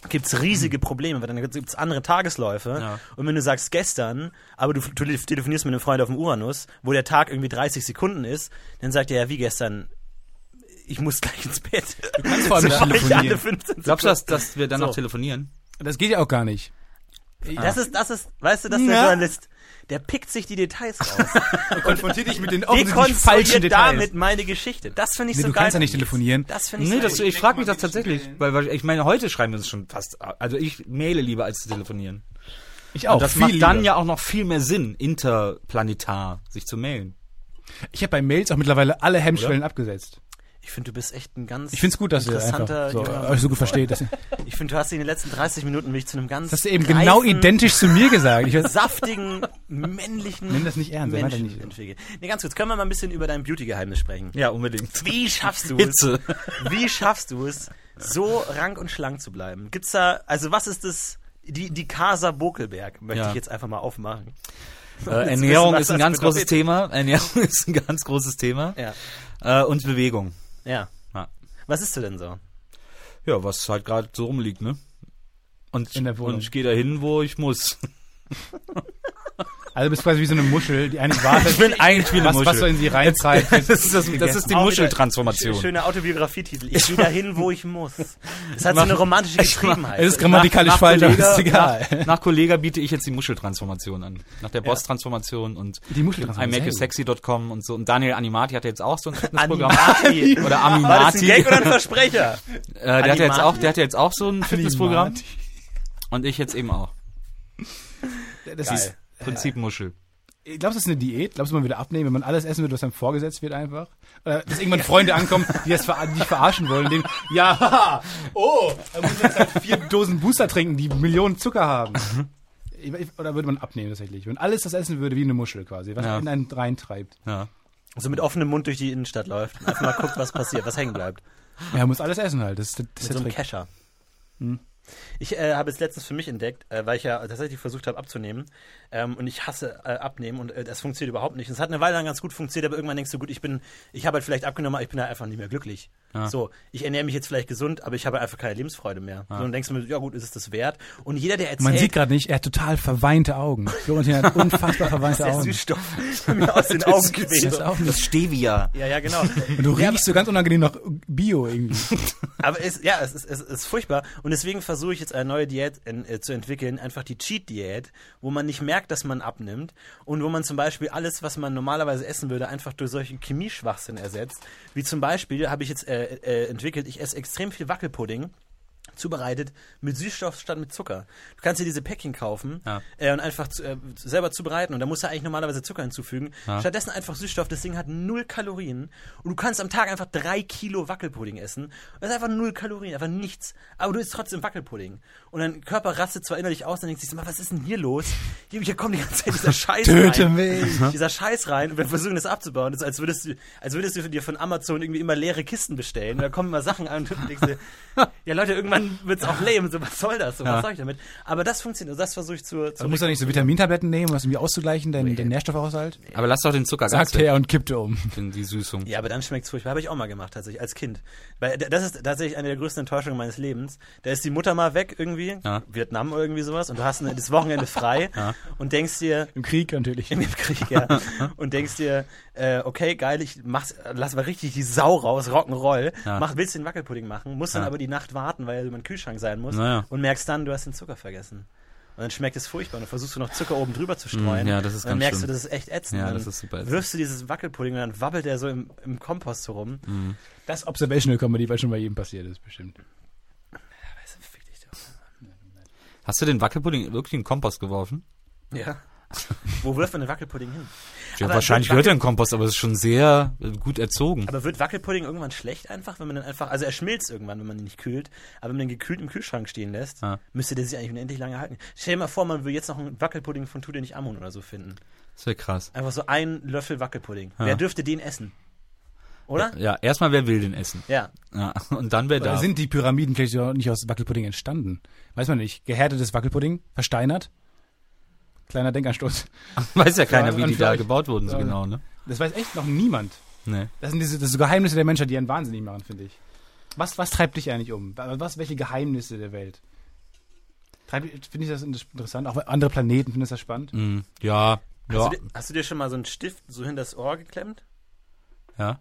gibt's riesige Probleme, weil dann gibt's andere Tagesläufe. Ja. Und wenn du sagst gestern, aber du, du telefonierst mit einem Freund auf dem Uranus, wo der Tag irgendwie dreißig Sekunden ist, dann sagt er ja, wie gestern, ich muss gleich ins Bett. Du kannst vor allem nicht So, ich telefonieren. hatte fünfzehn Glaubst du, dass, dass wir dann So. noch telefonieren? Das geht ja auch gar nicht. Das ist, das ist, weißt du, dass der Ja. Journalist, der pickt sich die Details raus. Konfrontiert dich mit den offensichtlich falschen Dekonstruiert Details. damit meine Geschichte. Das finde ich Nee, so du geil. kannst ja nicht telefonieren. Das finde ich Nee, so das, geil. ich frage mich das tatsächlich. Weil, weil ich meine, heute schreiben wir uns schon fast, also ich maile lieber als zu telefonieren. Ich auch. Und das viel macht dann lieber. ja auch noch viel mehr Sinn, interplanetar sich zu mailen. Ich habe bei Mails auch mittlerweile alle Hemmschwellen abgesetzt. Ich finde, du bist echt ein ganz Ich find's gut, dass ihr interessanter einfach so, junger euch so gut versteht. Dass, Ich finde, du hast dich in den letzten dreißig Minuten mich zu einem ganz das hast du eben genau reifen, identisch zu mir gesagt. Ich weiß, saftigen, männlichen Nimm das nicht ernst, er meint das Menschen nicht. entwickelt. Nee, ganz kurz, können wir mal ein bisschen über dein Beauty-Geheimnis sprechen? Ja, unbedingt. Wie schaffst du es? Hitze. Wie schaffst du es, so rank und schlank zu bleiben? Gibt's da, also was ist das, die, die Casa Bokelberg möchte Ja. ich jetzt einfach mal aufmachen. Äh, Jetzt Ernährung wissen, was ist ein das ganz großes bedeutet. Thema. Ernährung ist ein ganz großes Thema. Ja, Äh, und Bewegung. ja. Ja. Was isst du denn so? Ja, was halt gerade so rumliegt, ne? Und, In der Wohnung. und ich gehe dahin, wo ich muss. also du bist quasi wie so eine Muschel, die eigentlich wartet, Ich bin eigentlich wie eine was, Muschel. was so in sie reintreibt. Das ist, das, das ist die Auch wieder Muscheltransformation. Schöner Autobiografietitel. Ich gehe dahin, wo ich muss. Das hat so eine romantische Getriebenheit. Es ist grammatikalisch Nach- nach falsch, aber Kollega- ist egal. Nach, nach Kollega biete ich jetzt die Muscheltransformation an. Nach der Boss-Transformation und Die Muscheltransformation. I make you sexy Punkt com und so. Und Daniel Animati hatte jetzt auch so ein Fitnessprogramm. Animati. Oder War das ein Aminati. Gag oder ein Versprecher? Äh, der, hatte jetzt Animati? auch, der hatte jetzt auch so ein Fitnessprogramm. Animati. Und ich jetzt eben auch. Das Geil. ist, Prinzip Muschel. glaubst du, das ist eine Diät? Glaubst du, man wieder abnehmen, wenn man alles essen würde, was einem vorgesetzt wird einfach? Oder dass irgendwann Freunde ankommen, die das ver die dich verarschen wollen, denen, ja, haha, oh, da muss man jetzt halt vier Dosen Booster trinken, die Millionen Zucker haben. Ich- ich- Oder würde man abnehmen tatsächlich? Wenn alles das essen würde, wie eine Muschel quasi, was Ja. in einen reintreibt. Ja. So mit offenem Mund durch die Innenstadt läuft und einfach mal guckt, was passiert, was hängen bleibt. Ja, man muss alles essen halt. Das ist, das ist Mit der so einem Trick. Kescher. Hm. Ich äh, habe es letztens für mich entdeckt, äh, weil ich ja tatsächlich versucht habe abzunehmen. Ähm, und ich hasse äh, abnehmen und äh, das funktioniert überhaupt nicht. Und es hat eine Weile lang ganz gut funktioniert, aber irgendwann denkst du, gut, ich bin, ich habe halt vielleicht abgenommen, aber ich bin halt einfach nicht mehr glücklich. Ja. So, ich ernähre mich jetzt vielleicht gesund, aber ich habe einfach keine Lebensfreude mehr. So, und denkst du mir, ja gut, ist es das wert? Und jeder, der erzählt, Man sieht gerade nicht, er hat total verweinte Augen. Florentin hat unfassbar verweinte der Augen. Süßstoff mir aus den Augen Das quillt. ist auch Das nicht. Stevia. Ja, ja, genau. Und du Ja, riechst so ganz unangenehm nach Bio irgendwie. Aber es, ja, es ist, es ist furchtbar. Und deswegen versuche ich jetzt eine neue Diät in, äh, zu entwickeln, einfach die Cheat-Diät, wo man nicht merkt, dass man abnimmt und wo man zum Beispiel alles, was man normalerweise essen würde, einfach durch solchen Chemieschwachsinn ersetzt. Wie zum Beispiel habe ich jetzt äh, äh, entwickelt, ich esse extrem viel Wackelpudding, zubereitet mit Süßstoff statt mit Zucker. Du kannst dir diese Päckchen kaufen Ja. äh, und einfach zu, äh, selber zubereiten und da musst du eigentlich normalerweise Zucker hinzufügen. Ja. Stattdessen einfach Süßstoff, das Ding hat null Kalorien und du kannst am Tag einfach drei Kilo Wackelpudding essen. Und das ist einfach null Kalorien, einfach nichts. Aber du isst trotzdem Wackelpudding. Und dein Körper rastet zwar innerlich aus, dann denkst du dir, was ist denn hier los? Hier, hier kommt die ganze Zeit dieser Scheiß Töte rein. mich. Dieser Scheiß rein und wir versuchen das abzubauen. Das ist, als würdest du, als würdest du dir von Amazon irgendwie immer leere Kisten bestellen. Und da kommen immer Sachen an und du denkst dir, ja Leute, irgendwann wird's auch lame. So, was soll das? So, Ja. was soll ich damit? Aber das funktioniert. Also das versuche ich zu, zu Du musst doch nicht so Vitamintabletten nehmen, um das irgendwie auszugleichen, deinen, den Nährstoffhaushalt. Aber lass doch den Zucker ganz Sagt er und kippte um. weg, in die Süßung. Ja, aber dann schmeckt's furchtbar. Habe ich auch mal gemacht, tatsächlich, als Kind. Weil das ist tatsächlich eine der größten Enttäuschungen meines Lebens. Da ist die Mutter mal weg irgendwie, Ja. Vietnam oder irgendwie sowas, und du hast eine, das Wochenende frei Ja. und denkst dir, Im Krieg natürlich. im Krieg, ja, und denkst dir, äh, okay, geil, ich mach's, lass mal richtig die Sau raus, Rock'n'Roll, Ja. mach, willst den Wackelpudding machen, musst dann Ja. aber die Nacht warten, weil du im Kühlschrank sein musst Naja. und merkst dann, du hast den Zucker vergessen. Und dann schmeckt es furchtbar und dann versuchst du noch Zucker oben drüber zu streuen. Mm, ja, das ist und dann ganz merkst schlimm. du, das ist echt ätzend. Ja, Dann das ist super ätzend. wirfst du dieses Wackelpudding und dann wabbelt der so im, im Kompost so rum. Mm. Das ist Observational Comedy, weil schon bei jedem passiert ist, bestimmt. Weißt du, fick dich doch. Hast du den Wackelpudding wirklich in den Kompost geworfen? Ja. Wo wirft man den Wackelpudding hin? Ja, Aber wahrscheinlich wird gehört er in den Kompost, aber es ist schon sehr äh, gut erzogen. Aber wird Wackelpudding irgendwann schlecht einfach, wenn man dann einfach, also er schmilzt irgendwann, wenn man ihn nicht kühlt, aber wenn man den gekühlt im Kühlschrank stehen lässt, Ja. müsste der sich eigentlich unendlich lange halten. Stell dir mal vor, man will jetzt noch einen Wackelpudding von Tude nicht Amun oder so finden. Das wäre krass. Einfach so ein Löffel Wackelpudding. Ja. Wer dürfte den essen? Oder? Ja, erstmal, wer will den essen? Ja. Ja, und dann wer Oder da. sind die Pyramiden vielleicht auch nicht aus Wackelpudding entstanden? Weiß man nicht. Gehärtetes Wackelpudding, versteinert. Kleiner Denkanstoß. Weiß ja keiner, Ja, wie und die da vielleicht- gebaut wurden, so Ja. genau, ne? Das weiß echt noch niemand. Nee. Das sind diese das sind so Geheimnisse der Menschheit, die einen wahnsinnig machen, finde ich. Was, was treibt dich eigentlich um? Was, welche Geheimnisse der Welt Finde ich das interessant. Auch andere Planeten, findest du das spannend? Mm, ja. Hast, ja. du dir, hast du dir schon mal so einen Stift so hinter das Ohr geklemmt? Ja.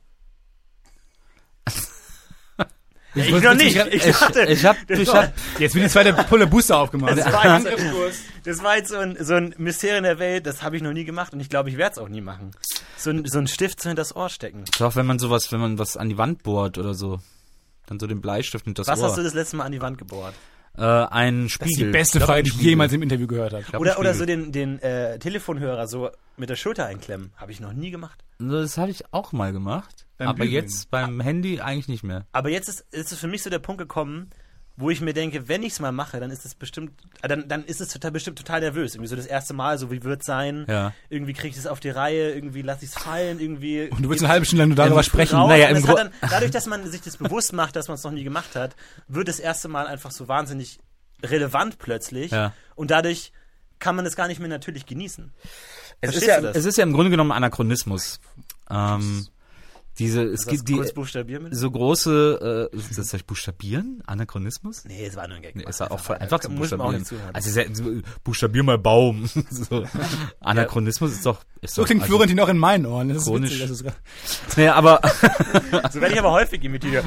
Ja, ich noch nicht. Ich, Ich, dachte, ich hab, ich hab, Jetzt wird die zweite Pulle Booster aufgemacht. das war jetzt, das war jetzt so ein, so ein Mysterium der Welt, das habe ich noch nie gemacht und ich glaube, ich werde es auch nie machen. So ein, so ein Stift so hinter das Ohr stecken. doch, wenn man sowas, wenn man was an die Wand bohrt oder so, dann so den Bleistift mit das Was Ohr. hast du das letzte Mal an die Wand gebohrt? Äh, ein Das Spiegel. ist die beste Ich glaub, Frage, ein die ich Spiegel. jemals im Interview gehört habe. glaub, Oder, ein oder Spiegel. so den, den äh, Telefonhörer so mit der Schulter einklemmen. Habe ich noch nie gemacht. Das habe ich auch mal gemacht. Beim aber Bügeln. jetzt beim Handy eigentlich nicht mehr. Aber jetzt ist, ist es für mich so der Punkt gekommen, wo ich mir denke, wenn ich es mal mache, dann ist es bestimmt, äh, dann, dann ist es total, bestimmt total nervös. Irgendwie so das erste Mal, so wie wird es sein? Ja. Irgendwie kriege ich es auf die Reihe, irgendwie lasse ich es fallen, irgendwie. Und du willst eine halbe Stunde lang nur darüber sprechen. Raus. Naja, Und im es hat Gru- dann, dadurch, dass man sich das bewusst macht, dass man es noch nie gemacht hat, wird das erste Mal einfach so wahnsinnig relevant plötzlich. Ja. Und dadurch kann man es gar nicht mehr natürlich genießen. Es ist, Verstehst ja, du das? es ist ja im Grunde genommen Anachronismus. Ähm, diese, es Hast du gibt das die kurz buchstabieren mit? so große, äh, das soll ich buchstabieren? Anachronismus? Nee, es war nur ein Gag. Nee, Mach ist ja auch voll weiter. einfach zu Muss man auch buchstabieren. nicht zuhören. Also, ist ja, so, buchstabier mal Baum. so. Anachronismus ist doch, ist So doch, klingt also, Florentin auch in meinen Ohren. Das ist chronisch. witzig, dass es nee, aber, So werde ich aber häufig imitiert.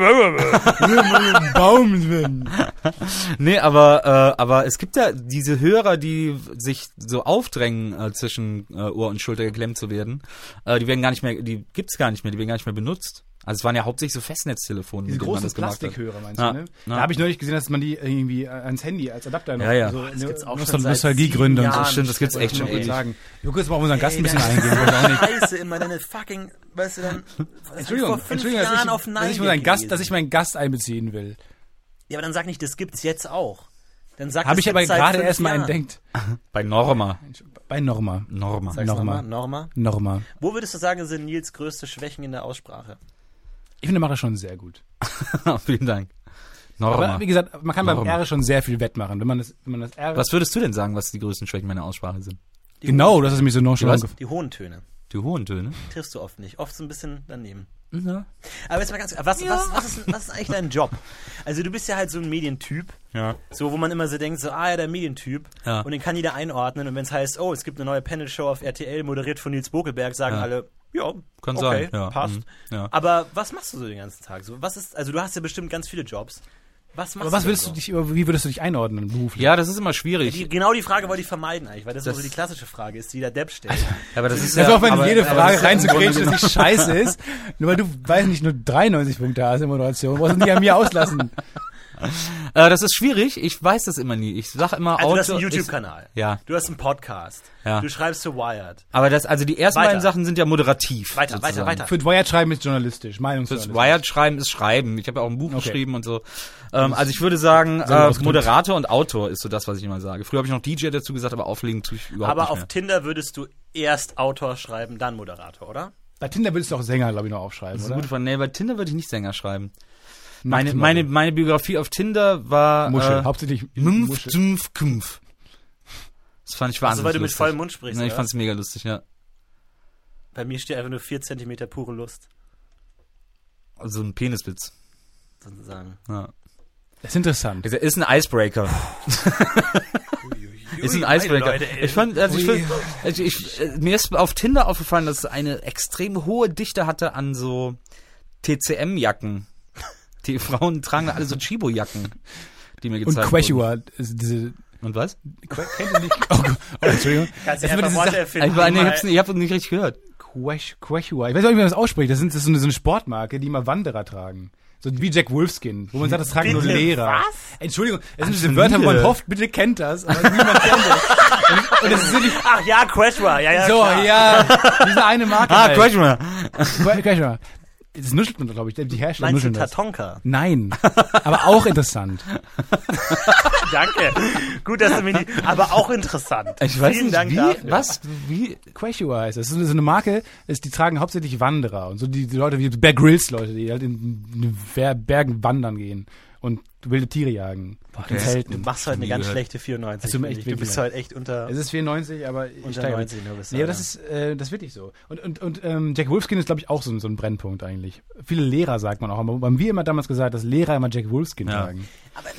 Baum. nee, aber, äh, aber es gibt ja diese Hörer, die sich so aufdrängen, äh, zwischen äh, Ohr und Schulter geklemmt zu werden. Äh, die werden gar nicht mehr, die gibt's gar nicht mehr, die werden gar nicht mehr benutzt. Also es waren ja hauptsächlich so Festnetztelefone, Diese mit denen man großen das gemacht hat. Plastikhörer, meinst Ja, du, ne? ja. Da habe ich neulich gesehen, dass man die irgendwie ans Handy als Adapter noch Ja, ja. so Das gibt's auch Nostal- schon seit Nostalgiegründe und sieben so. Jahren. Stimmt, das gibt's echt schon Wollte ich ewig. sagen. Wir können jetzt mal auf unseren Gast ein bisschen Ey, eingehen. wollte ich auch nicht. Scheiße, immer deine fucking, weißt du dann, Entschuldigung, vor fünf Entschuldigung, dass Jahren ich, auf dass Nein ich, meinen Gast, gelesen. dass ich meinen Gast einbeziehen will. Ja, aber dann sag nicht, das gibt's jetzt auch. Dann sag, Habe das ich aber gibt's seit gerade fünf erst mal Jahren. entdeckt. Bei Norma. Bei Norma. Norma. Sag's Norma. nochmal, Norma. Norma. Wo würdest du sagen, sind Nils größte Schwächen in der Aussprache? Ich finde, er macht das schon sehr gut. Vielen Dank. Norma. Aber wie gesagt, man kann beim Norma. R schon sehr viel wettmachen. Wenn man das, wenn man das R... Was würdest du denn sagen, was die größten Schwächen meiner Aussprache sind? Die Genau, hohen, das ist mich so nonchalant Was? gefragt. Die hohen Töne. Die hohen Töne? Triffst du oft nicht. Oft so ein bisschen daneben. Ja. Aber jetzt mal ganz, was, was, was, ist, was ist eigentlich dein Job? Also du bist ja halt so ein Medientyp, Ja. so wo man immer so denkt, so, ah ja, der Medientyp. Ja. Und den kann jeder einordnen. Und wenn es heißt, oh, es gibt eine neue Panel-Show auf R T L, moderiert von Nils Bokelberg, sagen Ja. alle, ja, Kann okay, sein, ja. passt. Mhm. Ja. Aber was machst du so den ganzen Tag? So, was ist, also du hast ja bestimmt ganz viele Jobs. Was machst Aber was du denn würdest so? du dich, über- wie würdest du dich einordnen beruflich? Ja, das ist immer schwierig. Die, genau die Frage wollte ich vermeiden eigentlich, weil das, Das- so die klassische Frage ist, die jeder Depp stellt. aber das ist Das ist auch, wenn aber- jede aber Frage das ist ja im reinzugrätschen, Grunde dass nicht scheiße ist. Nur weil du, weiß nicht, nur dreiundneunzig Punkte hast in Moderation. Brauchst du nicht an mir auslassen. Äh, das ist schwierig. Ich weiß das immer nie. Ich sag immer Also du hast Autor- einen ich- YouTube-Kanal. Ja. Du hast einen Podcast. Ja. Du schreibst für Wired. Aber das, also die ersten Weiter. beiden Sachen sind ja moderativ. Weiter, weiter, sozusagen. weiter. Für Wired schreiben ist journalistisch, Das Meinungsjournalistisch. Wired schreiben ist Schreiben. Ich habe ja auch ein Buch Okay. geschrieben und so. Ähm, also ich würde sagen, Sehr äh, ausgedrückt. Moderator und Autor ist so das, was ich immer sage. Früher habe ich noch D J dazu gesagt, aber auflegen tue ich überhaupt Aber nicht auf mehr. Tinder würdest du erst Autor schreiben, dann Moderator, oder? Bei Tinder willst du auch Sänger, glaube ich, noch aufschreiben, Das ist eine oder? gute Frage. Nee, bei Tinder würde ich nicht Sänger schreiben. Meine, Nachtmodel. meine, meine Biografie auf Tinder war Muschel, äh, hauptsächlich Münf, Muschel. Zünf, Kümpf. Das fand ich wahnsinnig Also weil du mit lustig. vollem Mund sprichst, Ja, ich oder? fand es mega lustig, ja. Bei mir steht einfach nur vier Zentimeter pure Lust, Also ein Peniswitz. sozusagen. Ja. Das ist interessant. Ist ist ein Icebreaker. Ist ein Icebreaker. Leute, ey. Ich fand, also ich, Ui. find, also ich, äh, mir ist auf Tinder aufgefallen, dass es eine extrem hohe Dichte hatte an so T C M-Jacken. Die Frauen tragen da alle so Chibo-Jacken, die mir Und gezeigt wurden. Quechua, ist diese... Und was? Que- Kennt ihr nicht? Oh, Gott. Oh, Entschuldigung. Kannst du Das sind einfach diese Worte Sachen- erfinden? Ich, war, nee, die ich, mal- hab's, nicht- ich hab nicht richtig gehört. Quech- Quechua. Ich weiß auch nicht, wie man das ausspricht. Das, sind, das ist so eine, so eine Sportmarke, die immer Wanderer tragen. So wie Jack Wolfskin, wo man sagt, das tragen nur Bitte, Lehrer. was? Entschuldigung, es sind Ach, diese Wörter, wo man Schmiede. hofft, bitte kennt das, aber niemand kennt es. Und, und das ist wirklich Ach ja, Quechua, ja, ja, so, klar. ja, diese eine Marke. Ah, halt. Quechua. Que- Quechua. Das nuschelt man, glaube ich. Die Hersteller Meinst du nuscheln das. Tatonka? Nein, aber auch interessant. Danke. Gut, dass du mir die, aber auch interessant. Ich weiß Vielen nicht, Dank wie, dafür. was, wie, Quechua heißt das. Das ist so eine Marke, ist, die tragen hauptsächlich Wanderer. Und so die, die Leute wie Bear Grylls Leute, die halt in, in Ber- Bergen wandern gehen und wilde Tiere jagen. Okay. In Du Zelten. machst heute eine Nie ganz gehört. schlechte vierundneunzig. Das tut mir finde echt ich. Du wirklich bist leid. heute echt unter, Es ist vierundneunzig, aber ich unter steige. neunzig. Nur bist du, Nee, aber das Alter. ist, äh, das ist wirklich so. Und, und, und ähm, Jack Wolfskin ist, glaube ich, auch so, ein- so ein Brennpunkt eigentlich. Viele Lehrer sagt man auch. Aber haben wir immer damals gesagt, dass Lehrer immer Jack Wolfskin Ja. tragen. Aber das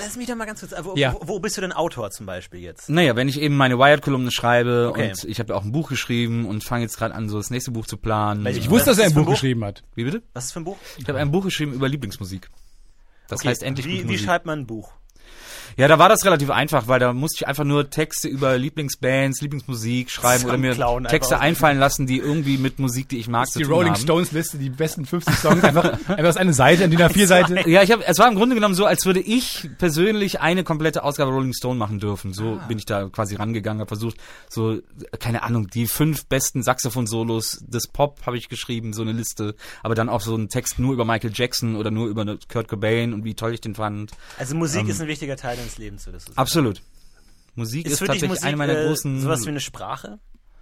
lass mich doch mal ganz kurz, wo, Ja. wo, wo bist du denn Autor zum Beispiel jetzt? Naja, wenn ich eben meine Wired-Kolumne schreibe Okay. und ich habe ja auch ein Buch geschrieben und fange jetzt gerade an, so das nächste Buch zu planen. Welches? Ich wusste, dass er ein Was ist für Buch ein Buch? geschrieben hat. Wie bitte? Was ist für ein Buch? Ich habe ein Buch geschrieben über Lieblingsmusik. Das Okay, heißt endlich wie, gute wie Musik. schreibt man ein Buch? Ja, da war das relativ einfach, weil da musste ich einfach nur Texte über Lieblingsbands, Lieblingsmusik schreiben oder mir Soundcloud Texte einfach. einfallen lassen, die irgendwie mit Musik, die ich mag, zu Die tun Rolling haben. Stones Liste, die besten fünfzig Songs, einfach, einfach aus einer Seite, an die nach vier Seite. Ja, ich habe, es war im Grunde genommen so, als würde ich persönlich eine komplette Ausgabe Rolling Stone machen dürfen. So bin ich da quasi rangegangen, habe versucht, so, keine Ahnung, die fünf besten Saxophon-Solos des Pop habe ich geschrieben, so eine Liste, aber dann auch so einen Text nur über Michael Jackson oder nur über Kurt Cobain und wie toll ich den fand. Also Musik Ähm, ist ein wichtiger Teil deines Lebens, würdest du sagen. Absolut. Musik ist, Ist für dich tatsächlich Musik eine meiner äh, großen... sowas wie eine Sprache?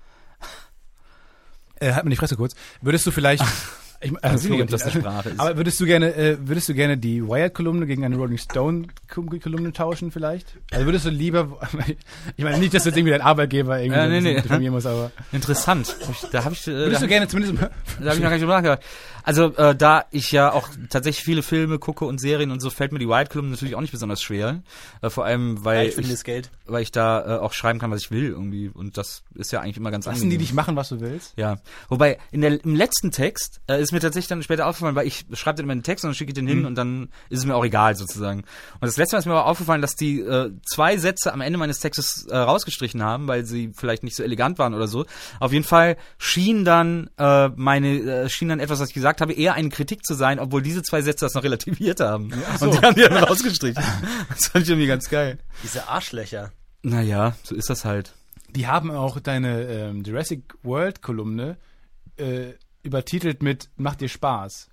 Äh, halt mal die Fresse kurz. Würdest du vielleicht... Ich, äh, Weiß ich nicht, ob das eine Sprache ist. Aber würdest du gerne, äh, würdest du gerne die Wired-Kolumne gegen eine Rolling Stone-Kolumne tauschen vielleicht? Also würdest du lieber, ich meine nicht, dass du jetzt irgendwie dein Arbeitgeber irgendwie Ja, so ein nee, bisschen nee. diffamieren musst, aber Interessant. Da habe ich, äh, würdest da du gerne zumindest, Da habe ich noch gar nicht drüber nachgedacht. Also äh, da ich ja auch tatsächlich viele Filme gucke und Serien und so, fällt mir die Wired-Kolumne natürlich auch nicht besonders schwer. Äh, vor allem, weil Ich finde ich, das Geld. weil ich da äh, auch schreiben kann, was ich will irgendwie. Und das ist ja eigentlich immer ganz lassen angenehm. die dich machen, was du willst? Ja, wobei in der, im letzten Text äh, ist mir tatsächlich dann später aufgefallen, weil ich schreibe dann immer einen Text und dann schicke ich den hin und dann ist es mir auch egal sozusagen. Und das letzte Mal ist mir aber aufgefallen, dass die äh, zwei Sätze am Ende meines Textes äh, rausgestrichen haben, weil sie vielleicht nicht so elegant waren oder so. Auf jeden Fall schien dann äh, meine äh, schien dann etwas, was ich gesagt habe, eher eine Kritik zu sein, obwohl diese zwei Sätze das noch relativiert haben. so. Und die haben die dann rausgestrichen. Das fand ich irgendwie ganz geil. Diese Arschlöcher. Naja, so ist das halt. Die haben auch deine ähm, Jurassic World-Kolumne äh, übertitelt mit Macht dir Spaß.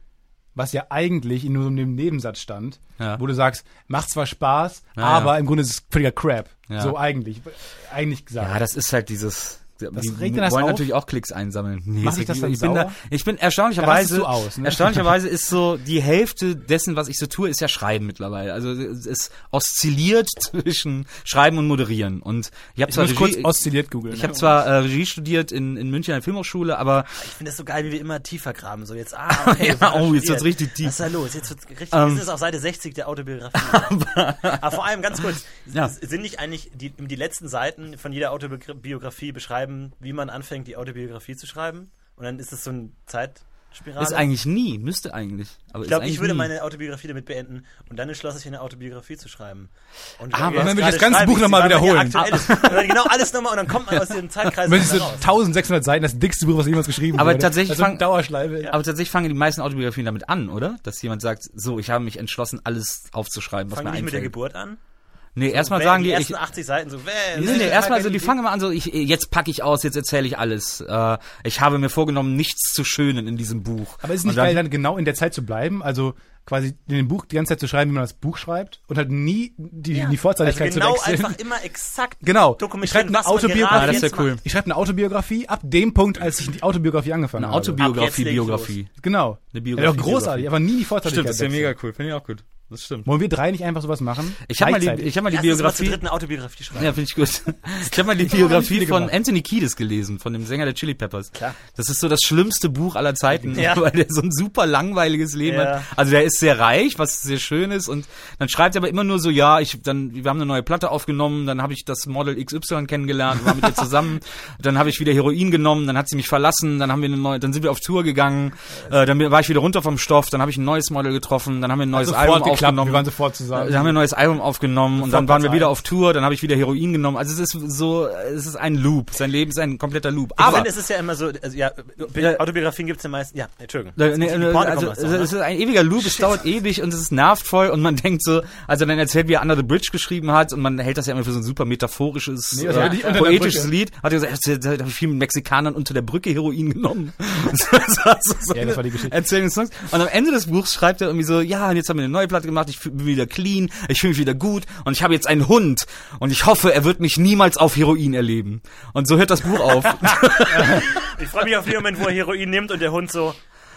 Was ja eigentlich in nur so einem Nebensatz stand, Ja. wo du sagst, macht zwar Spaß, Ja, aber ja. im Grunde ist es völliger Crap. Ja. So eigentlich. Eigentlich gesagt. Ja, das ist halt dieses. Die regt dir das wollen auf? natürlich auch Klicks einsammeln. Nee, Mach es ich regt das mich- dann ich bin sauer? da, ich bin Da erstaunlicherweise, rastest du aus, ne? erstaunlicherweise ist so die Hälfte dessen, was ich so tue, ist ja Schreiben mittlerweile. Also es es oszilliert zwischen Schreiben und Moderieren. Und ich habe ich zwar muss kurz Regie, oszilliert googeln. ich habe zwar äh, Regie studiert in, in München an der Filmhochschule, aber Ich finde das so geil, wie wir immer tiefer graben. So jetzt, ah, okay. Ja, das hat er oh, jetzt studiert. wird's richtig tief. Was ist da los? Jetzt wird's richtig, Ähm. wir sind jetzt auf Seite sechzig der Autobiografie. Aber vor allem, ganz kurz, Ja. sind nicht eigentlich die, die letzten Seiten von jeder Autobiografie beschreiben, wie man anfängt, die Autobiografie zu schreiben? Und dann ist es so ein Zeitspirale? ist eigentlich nie, müsste eigentlich. Aber Ich glaube, ist eigentlich ich würde nie. meine Autobiografie damit beenden und dann entschloss ich, eine Autobiografie zu schreiben. Und Ah, wenn aber dann will ich das ganze Buch nochmal wiederholen. Genau, alles nochmal und dann kommt man aus dem Zeitkreis Wenn es so wieder raus. eintausendsechshundert Seiten, das dickste Buch, was jemals geschrieben Aber wurde. tatsächlich also fang- Dauerschleife. Ja. Aber tatsächlich fangen die meisten Autobiografien damit an, oder? Dass jemand sagt, so, ich habe mich entschlossen, alles aufzuschreiben, was Fangen mir die nicht mit der einfällt. Geburt an? Nee, erstmal Wer- sagen die die, ersten ich, achtzig Seiten so, wer, Nee, nee, erstmal so, die fangen immer an so, ich, jetzt packe ich aus, jetzt erzähle ich alles. Äh, ich habe mir vorgenommen, nichts zu schönen in diesem Buch. Aber ist es Und nicht dann, geil, dann genau in der Zeit zu bleiben? Also quasi in dem Buch die ganze Zeit zu schreiben, wie man das Buch schreibt und halt nie die, Ja. die Vorzeitigkeit also genau zu wechseln. einfach immer exakt Genau. Ich dokumentieren, schreibe eine was man Autobiografie. gerade Ah, das ist jetzt ja cool. macht. Ich schreibe eine Autobiografie ab dem Punkt, als ich die Autobiografie angefangen Eine habe. Autobiografie, leg ich Biografie. Genau. Eine Ja, Biografie. doch großartig, aber nie die Vorzeitigkeit wechseln. cool, finde ich auch gut. Das stimmt. Wollen wir drei nicht einfach sowas machen? Ich habe mal die, Gleichzeitig? ich habe mal die Lass uns mal zur Biografie. dritten Autobiografie schreiben. Ja, finde ich gut. Ich habe mal die haben Biografie viele von gemacht. Anthony Kiedis gelesen, von dem Sänger der Chili Peppers. Klar. Das ist so das schlimmste Buch aller Zeiten, Ja. weil der so ein super langweiliges Leben Ja. hat. Also der ist sehr reich, was sehr schön ist, und dann schreibt er aber immer nur so, ja, ich dann wir haben eine neue Platte aufgenommen, dann habe ich das Model X Y kennengelernt, war mit ihr zusammen, dann habe ich wieder Heroin genommen, dann hat sie mich verlassen, dann haben wir eine neue, dann sind wir auf Tour gegangen, äh, dann war ich wieder runter vom Stoff, dann habe ich ein neues Model getroffen, dann haben wir ein neues sofort Album geklappt, aufgenommen. wir waren sofort zusammen. Da haben wir ein neues Album aufgenommen und dann waren wir Platz wieder eins. auf Tour, dann habe ich wieder Heroin genommen. Also es ist so, es ist ein Loop. Sein Leben ist ein kompletter Loop. Ich Aber finde, es ist ja immer so, also ja, Bi- Ja. Autobiografien gibt's ja meistens, ja, Entschuldigung. Äh, nee, Die äh, Porte also, kommen es was es ist ein ewiger Loop, es dauert ewig und es ist nervtvoll und man denkt so, also dann erzählt, wie er Under the Bridge geschrieben hat und man hält das ja immer für so ein super metaphorisches, Nee, das war äh, nicht Unter der poetisches Brücke. Lied. Hat er gesagt, da habe ich viel mit Mexikanern unter der Brücke Heroin genommen. Das war so, so Ja, das war die Geschichte. Erzählungssongs. Und am Ende des Buchs schreibt er irgendwie so, ja, und jetzt haben wir eine neue Platte gemacht, ich fühl- bin wieder clean, ich fühle mich wieder gut und ich habe jetzt einen Hund und ich hoffe, er wird mich niemals auf Heroin erleben. Und so hört das Buch auf. Ich freue mich auf den Moment, wo er Heroin nimmt und der Hund so,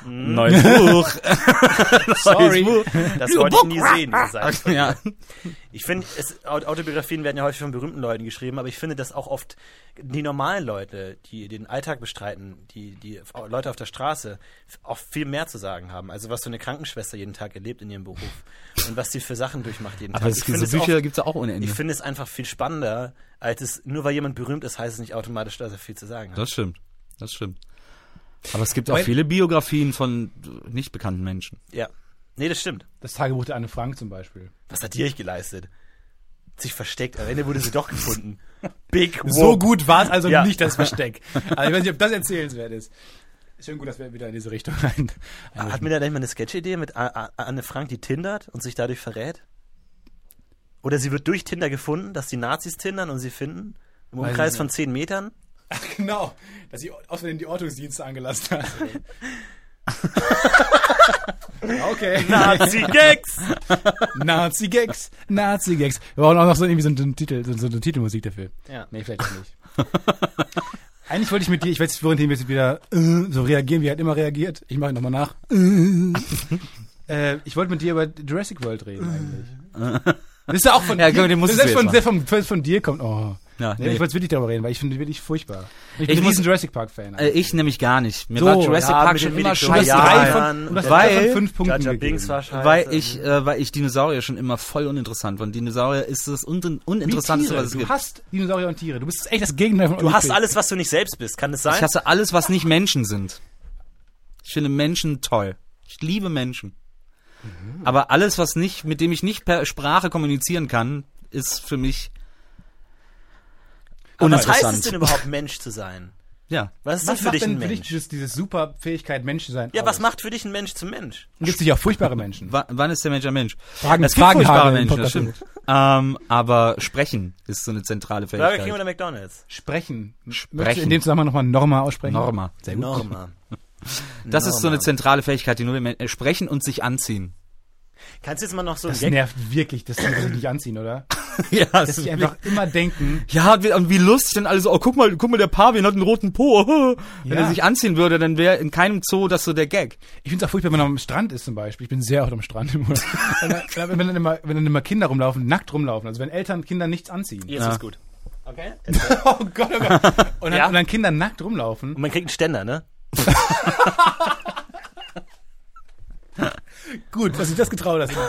Neues Buch. Sorry. Buch. Das wollte ich nie sehen, ihr seid. Ja. Ich finde, es- Autobiografien werden ja häufig von berühmten Leuten geschrieben, aber ich finde, dass auch oft die normalen Leute, die den Alltag bestreiten, die, die Leute auf der Straße, auch viel mehr zu sagen haben. Also was so eine Krankenschwester jeden Tag erlebt in ihrem Beruf und was sie für Sachen durchmacht jeden Aber Tag. es Ich gibt finde so es Bücher oft- gibt es auch ohne Ende. Ich finde es einfach viel spannender, als es, nur weil jemand berühmt ist, heißt es nicht automatisch, dass er viel zu sagen hat. Das stimmt. Das stimmt. Aber es gibt auch Weil- viele Biografien von nicht bekannten Menschen. Ja. Nee, das stimmt. Das Tagebuch der Anne Frank zum Beispiel. Was hat die euch geleistet? Sich versteckt, am Ende wurde sie doch gefunden. Big So whoop. gut war es also Ja. nicht, das Versteck. Also ich weiß nicht, ob das erzählenswert ist. Ist schön gut, dass wir wieder in diese Richtung rein. Hat mir da nicht mal eine Sketch-Idee mit A- A- Anne Frank, die tindert und sich dadurch verrät? Oder sie wird durch Tinder gefunden, dass die Nazis tindern und sie finden? Im Weiß Umkreis ich von nicht. zehn Metern? Ach, genau, dass sie aus Versehen die Ortungsdienste angelassen hat. Okay. Nazi-Gags! Nazi-Gags. Nazi-Gags. Wir brauchen auch noch so irgendwie so einen Titel, so, so eine Titelmusik dafür. Ja. Nee, vielleicht auch nicht. Eigentlich wollte ich mit dir, ich weiß nicht, worin wir jetzt wieder äh, so reagieren, wie er halt immer reagiert. Ich mache nochmal nach. Äh, äh, ich wollte mit dir über Jurassic World reden eigentlich. Das ist ja auch von Ja, dir. komm, den musst das du ist jetzt von, der von, von, von dir kommt. Oh. Ja, nee, nee. Ich wollte wirklich darüber reden, weil ich finde die wirklich furchtbar. Ich bin Ich ein muss- riesen Jurassic Park Fan. Äh, ich nämlich gar nicht. Mir So, war Jurassic ja, Park mit schon den immer Medikamenten. du hast scheiße. drei Ja, von, ja, du hast weil- drei von fünf Punkten Jar Jar gegeben. Binks war scheiße. Weil ich, äh, weil ich Dinosaurier schon immer voll uninteressant fand. Dinosaurier ist das un uninteressanteste, Tiere. was es Du gibt. hast Dinosaurier und Tiere. Du bist echt das Gegenteil von Du hast Olympia. alles, was du nicht selbst bist. Kann das sein? Ich hasse alles, was nicht Menschen sind. Ich finde Menschen toll. Ich liebe Menschen. Aber alles, was nicht, mit dem ich nicht per Sprache kommunizieren kann, ist für mich Aber was uninteressant. heißt es denn überhaupt, Mensch zu sein? Ja. Was ist denn Was für macht dich ein denn für dich Mensch? dieses, diese super Fähigkeit, Mensch zu sein? Ja, aus? was macht für dich ein Mensch zum Mensch? Gibt es sicher auch furchtbare Menschen. W wann ist der Mensch ein Mensch? Fragen- es gibt Fragen furchtbare haben im Menschen, das Podcast. stimmt. ähm, aber sprechen ist so eine zentrale Burger King Fähigkeit. oder McDonald's? Sprechen. Möchtest du Sprechen. in dem Zusammenhang nochmal Norma aussprechen? Norma. Sehr gut. Norma. Das ist so eine Norma. zentrale Fähigkeit, die nur der Mensch, äh, sprechen und sich anziehen. Kannst du jetzt mal noch so ein Das Gag? nervt wirklich, dass die sich nicht anziehen, oder? ja, Dass die einfach immer denken, Ja, und wie, und wie lustig dann alle so, oh, guck mal, guck mal, der Pavian hat einen roten Po. Wenn Ja. er sich anziehen würde, dann wäre in keinem Zoo das so der Gag. ich finde es auch furchtbar, wenn man am Strand ist zum Beispiel. Ich bin sehr oft am Strand im Urlaub. Und dann- wenn, dann immer, wenn dann immer Kinder rumlaufen, nackt rumlaufen. Also wenn Eltern Kinder nichts anziehen. Jetzt Ja. ist gut. Okay. Oh Gott, oh Gott. Und dann, Ja. und dann Kinder nackt rumlaufen. Und man kriegt einen Ständer, ne? Gut, dass ich das getraut hast.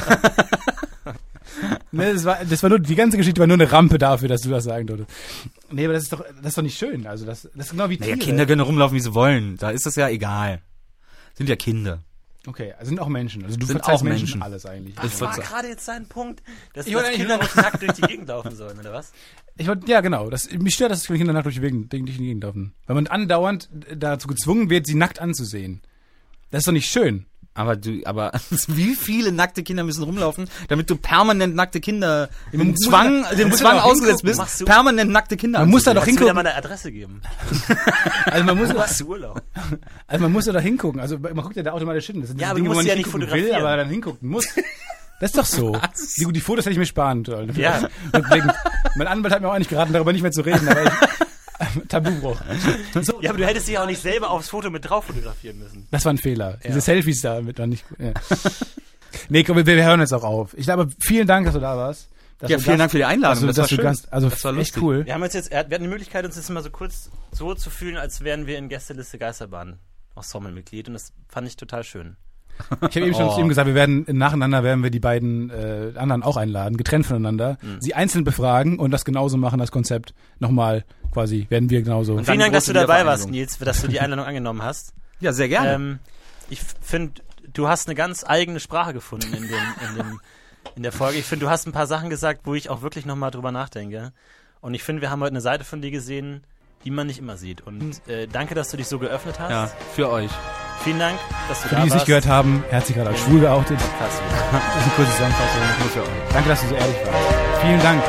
Ne, das war, das war nur, die ganze Geschichte war nur eine Rampe dafür, dass du das sagen durftest. Nee, aber das ist doch, das ist doch nicht schön. Also das, das ist genau wie Naja, Tiere. Kinder können rumlaufen, wie sie wollen. Da ist das ja egal. Sind ja Kinder. Okay, also sind auch Menschen. Also du Sind verzeihst auch Menschen, Menschen. alles eigentlich. Ich Das war wollte- gerade jetzt sein Punkt, dass, Ich dass wollte Kinder eigentlich nicht nackt durch die Gegend laufen sollen, oder was? Ich wollte, ja genau. Das, mich stört, dass Kinder nackt durch die Gegend, durch die Gegend laufen. Weil man andauernd dazu gezwungen wird, sie nackt anzusehen. Das ist doch nicht schön. Aber du, aber wie viele nackte Kinder müssen rumlaufen, damit du permanent nackte Kinder man dem muss Zwang, da- man dem muss Zwang da doch ausgesetzt hingucken. bist, Machst du- permanent nackte Kinder. Man muss da doch Kannst du mir da hingucken. mal eine Adresse geben? Also man muss, Machst du Urlaub? also man muss da doch hingucken. Also man guckt ja da automatisch hin. Das sind Ja, diese aber du Dinge, wo musst man ja nicht nicht hingucken will, fotografieren. aber dann hingucken muss. Das ist doch so. Die, die Fotos hätte ich mir sparen sollen. Ja. Rückblickend. Mein Anwalt hat mir auch eigentlich geraten, darüber nicht mehr zu reden, aber ich, Tabubruch. So, Ja, aber du hättest dich auch nicht selber aufs Foto mit drauf fotografieren müssen. das war ein Fehler. Diese Selfies da mit waren nicht gut. Ja. Nee, komm, wir, wir hören jetzt auch auf. Ich glaube, vielen Dank, dass du da warst. Dass Ja, du vielen Gast- Dank für die Einladung. Dass Das du, war dass du schön. Gast, also Das war echt lustig. cool. Wir haben uns jetzt, wir hatten die Möglichkeit, uns jetzt mal so kurz so zu fühlen, als wären wir in Gästeliste Geisterbahn Ensemble-Mitglied und das fand ich total schön. Ich habe eben schon Oh. zu ihm gesagt, wir werden nacheinander werden wir die beiden äh, anderen auch einladen, getrennt voneinander, sie einzeln befragen und das genauso machen, das Konzept nochmal quasi, werden wir genauso. Und Vielen dann Dank, dass du große dabei warst, Wiedervereinigung. Nils, dass du die Einladung angenommen hast. Ja, sehr gerne. Ähm, ich finde, du hast eine ganz eigene Sprache gefunden in, dem, in, dem, in der Folge. Ich finde, du hast ein paar Sachen gesagt, wo ich auch wirklich nochmal drüber nachdenke. Und ich finde, wir haben heute eine Seite von dir gesehen, die man nicht immer sieht. Und äh, danke, dass du dich so geöffnet hast. ja, für euch. Vielen Dank, dass du Für da die, die es warst. nicht gehört haben, er hat sich gerade als schwul geoutet. Krass. Das ist eine kurze Zusammenfassung. Nur für euch. Danke, dass du so ehrlich warst. Vielen Dank.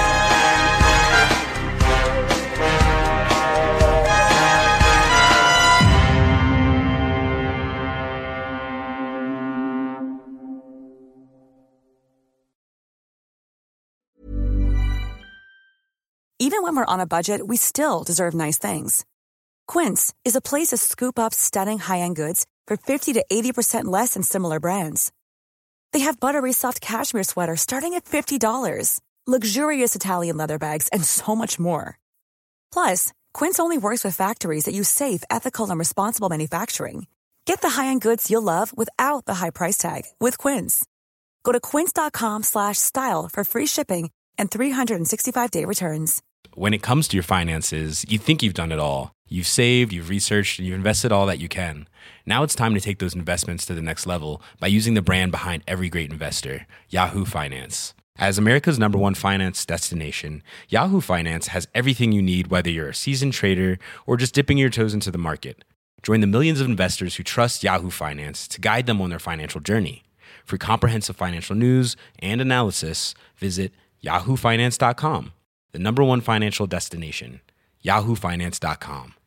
Even when we're on a budget, we still deserve nice things. Quince is a place to scoop up stunning high-end goods for fifty to eighty percent less than similar brands. They have buttery soft cashmere sweaters starting at fifty dollars, luxurious Italian leather bags, and so much more. Plus, Quince only works with factories that use safe, ethical, and responsible manufacturing. Get the high-end goods you'll love without the high price tag with Quince. Go to quince.com slash style for free shipping and three sixty-five day returns. When it comes to your finances, you think you've done it all. You've saved, you've researched, and you've invested all that you can. Now it's time to take those investments to the next level by using the brand behind every great investor, Yahoo Finance. As America's number one finance destination, Yahoo Finance has everything you need, whether you're a seasoned trader or just dipping your toes into the market. Join the millions of investors who trust Yahoo Finance to guide them on their financial journey. For comprehensive financial news and analysis, visit yahoo finance dot com, the number one financial destination, yahoo finance dot com.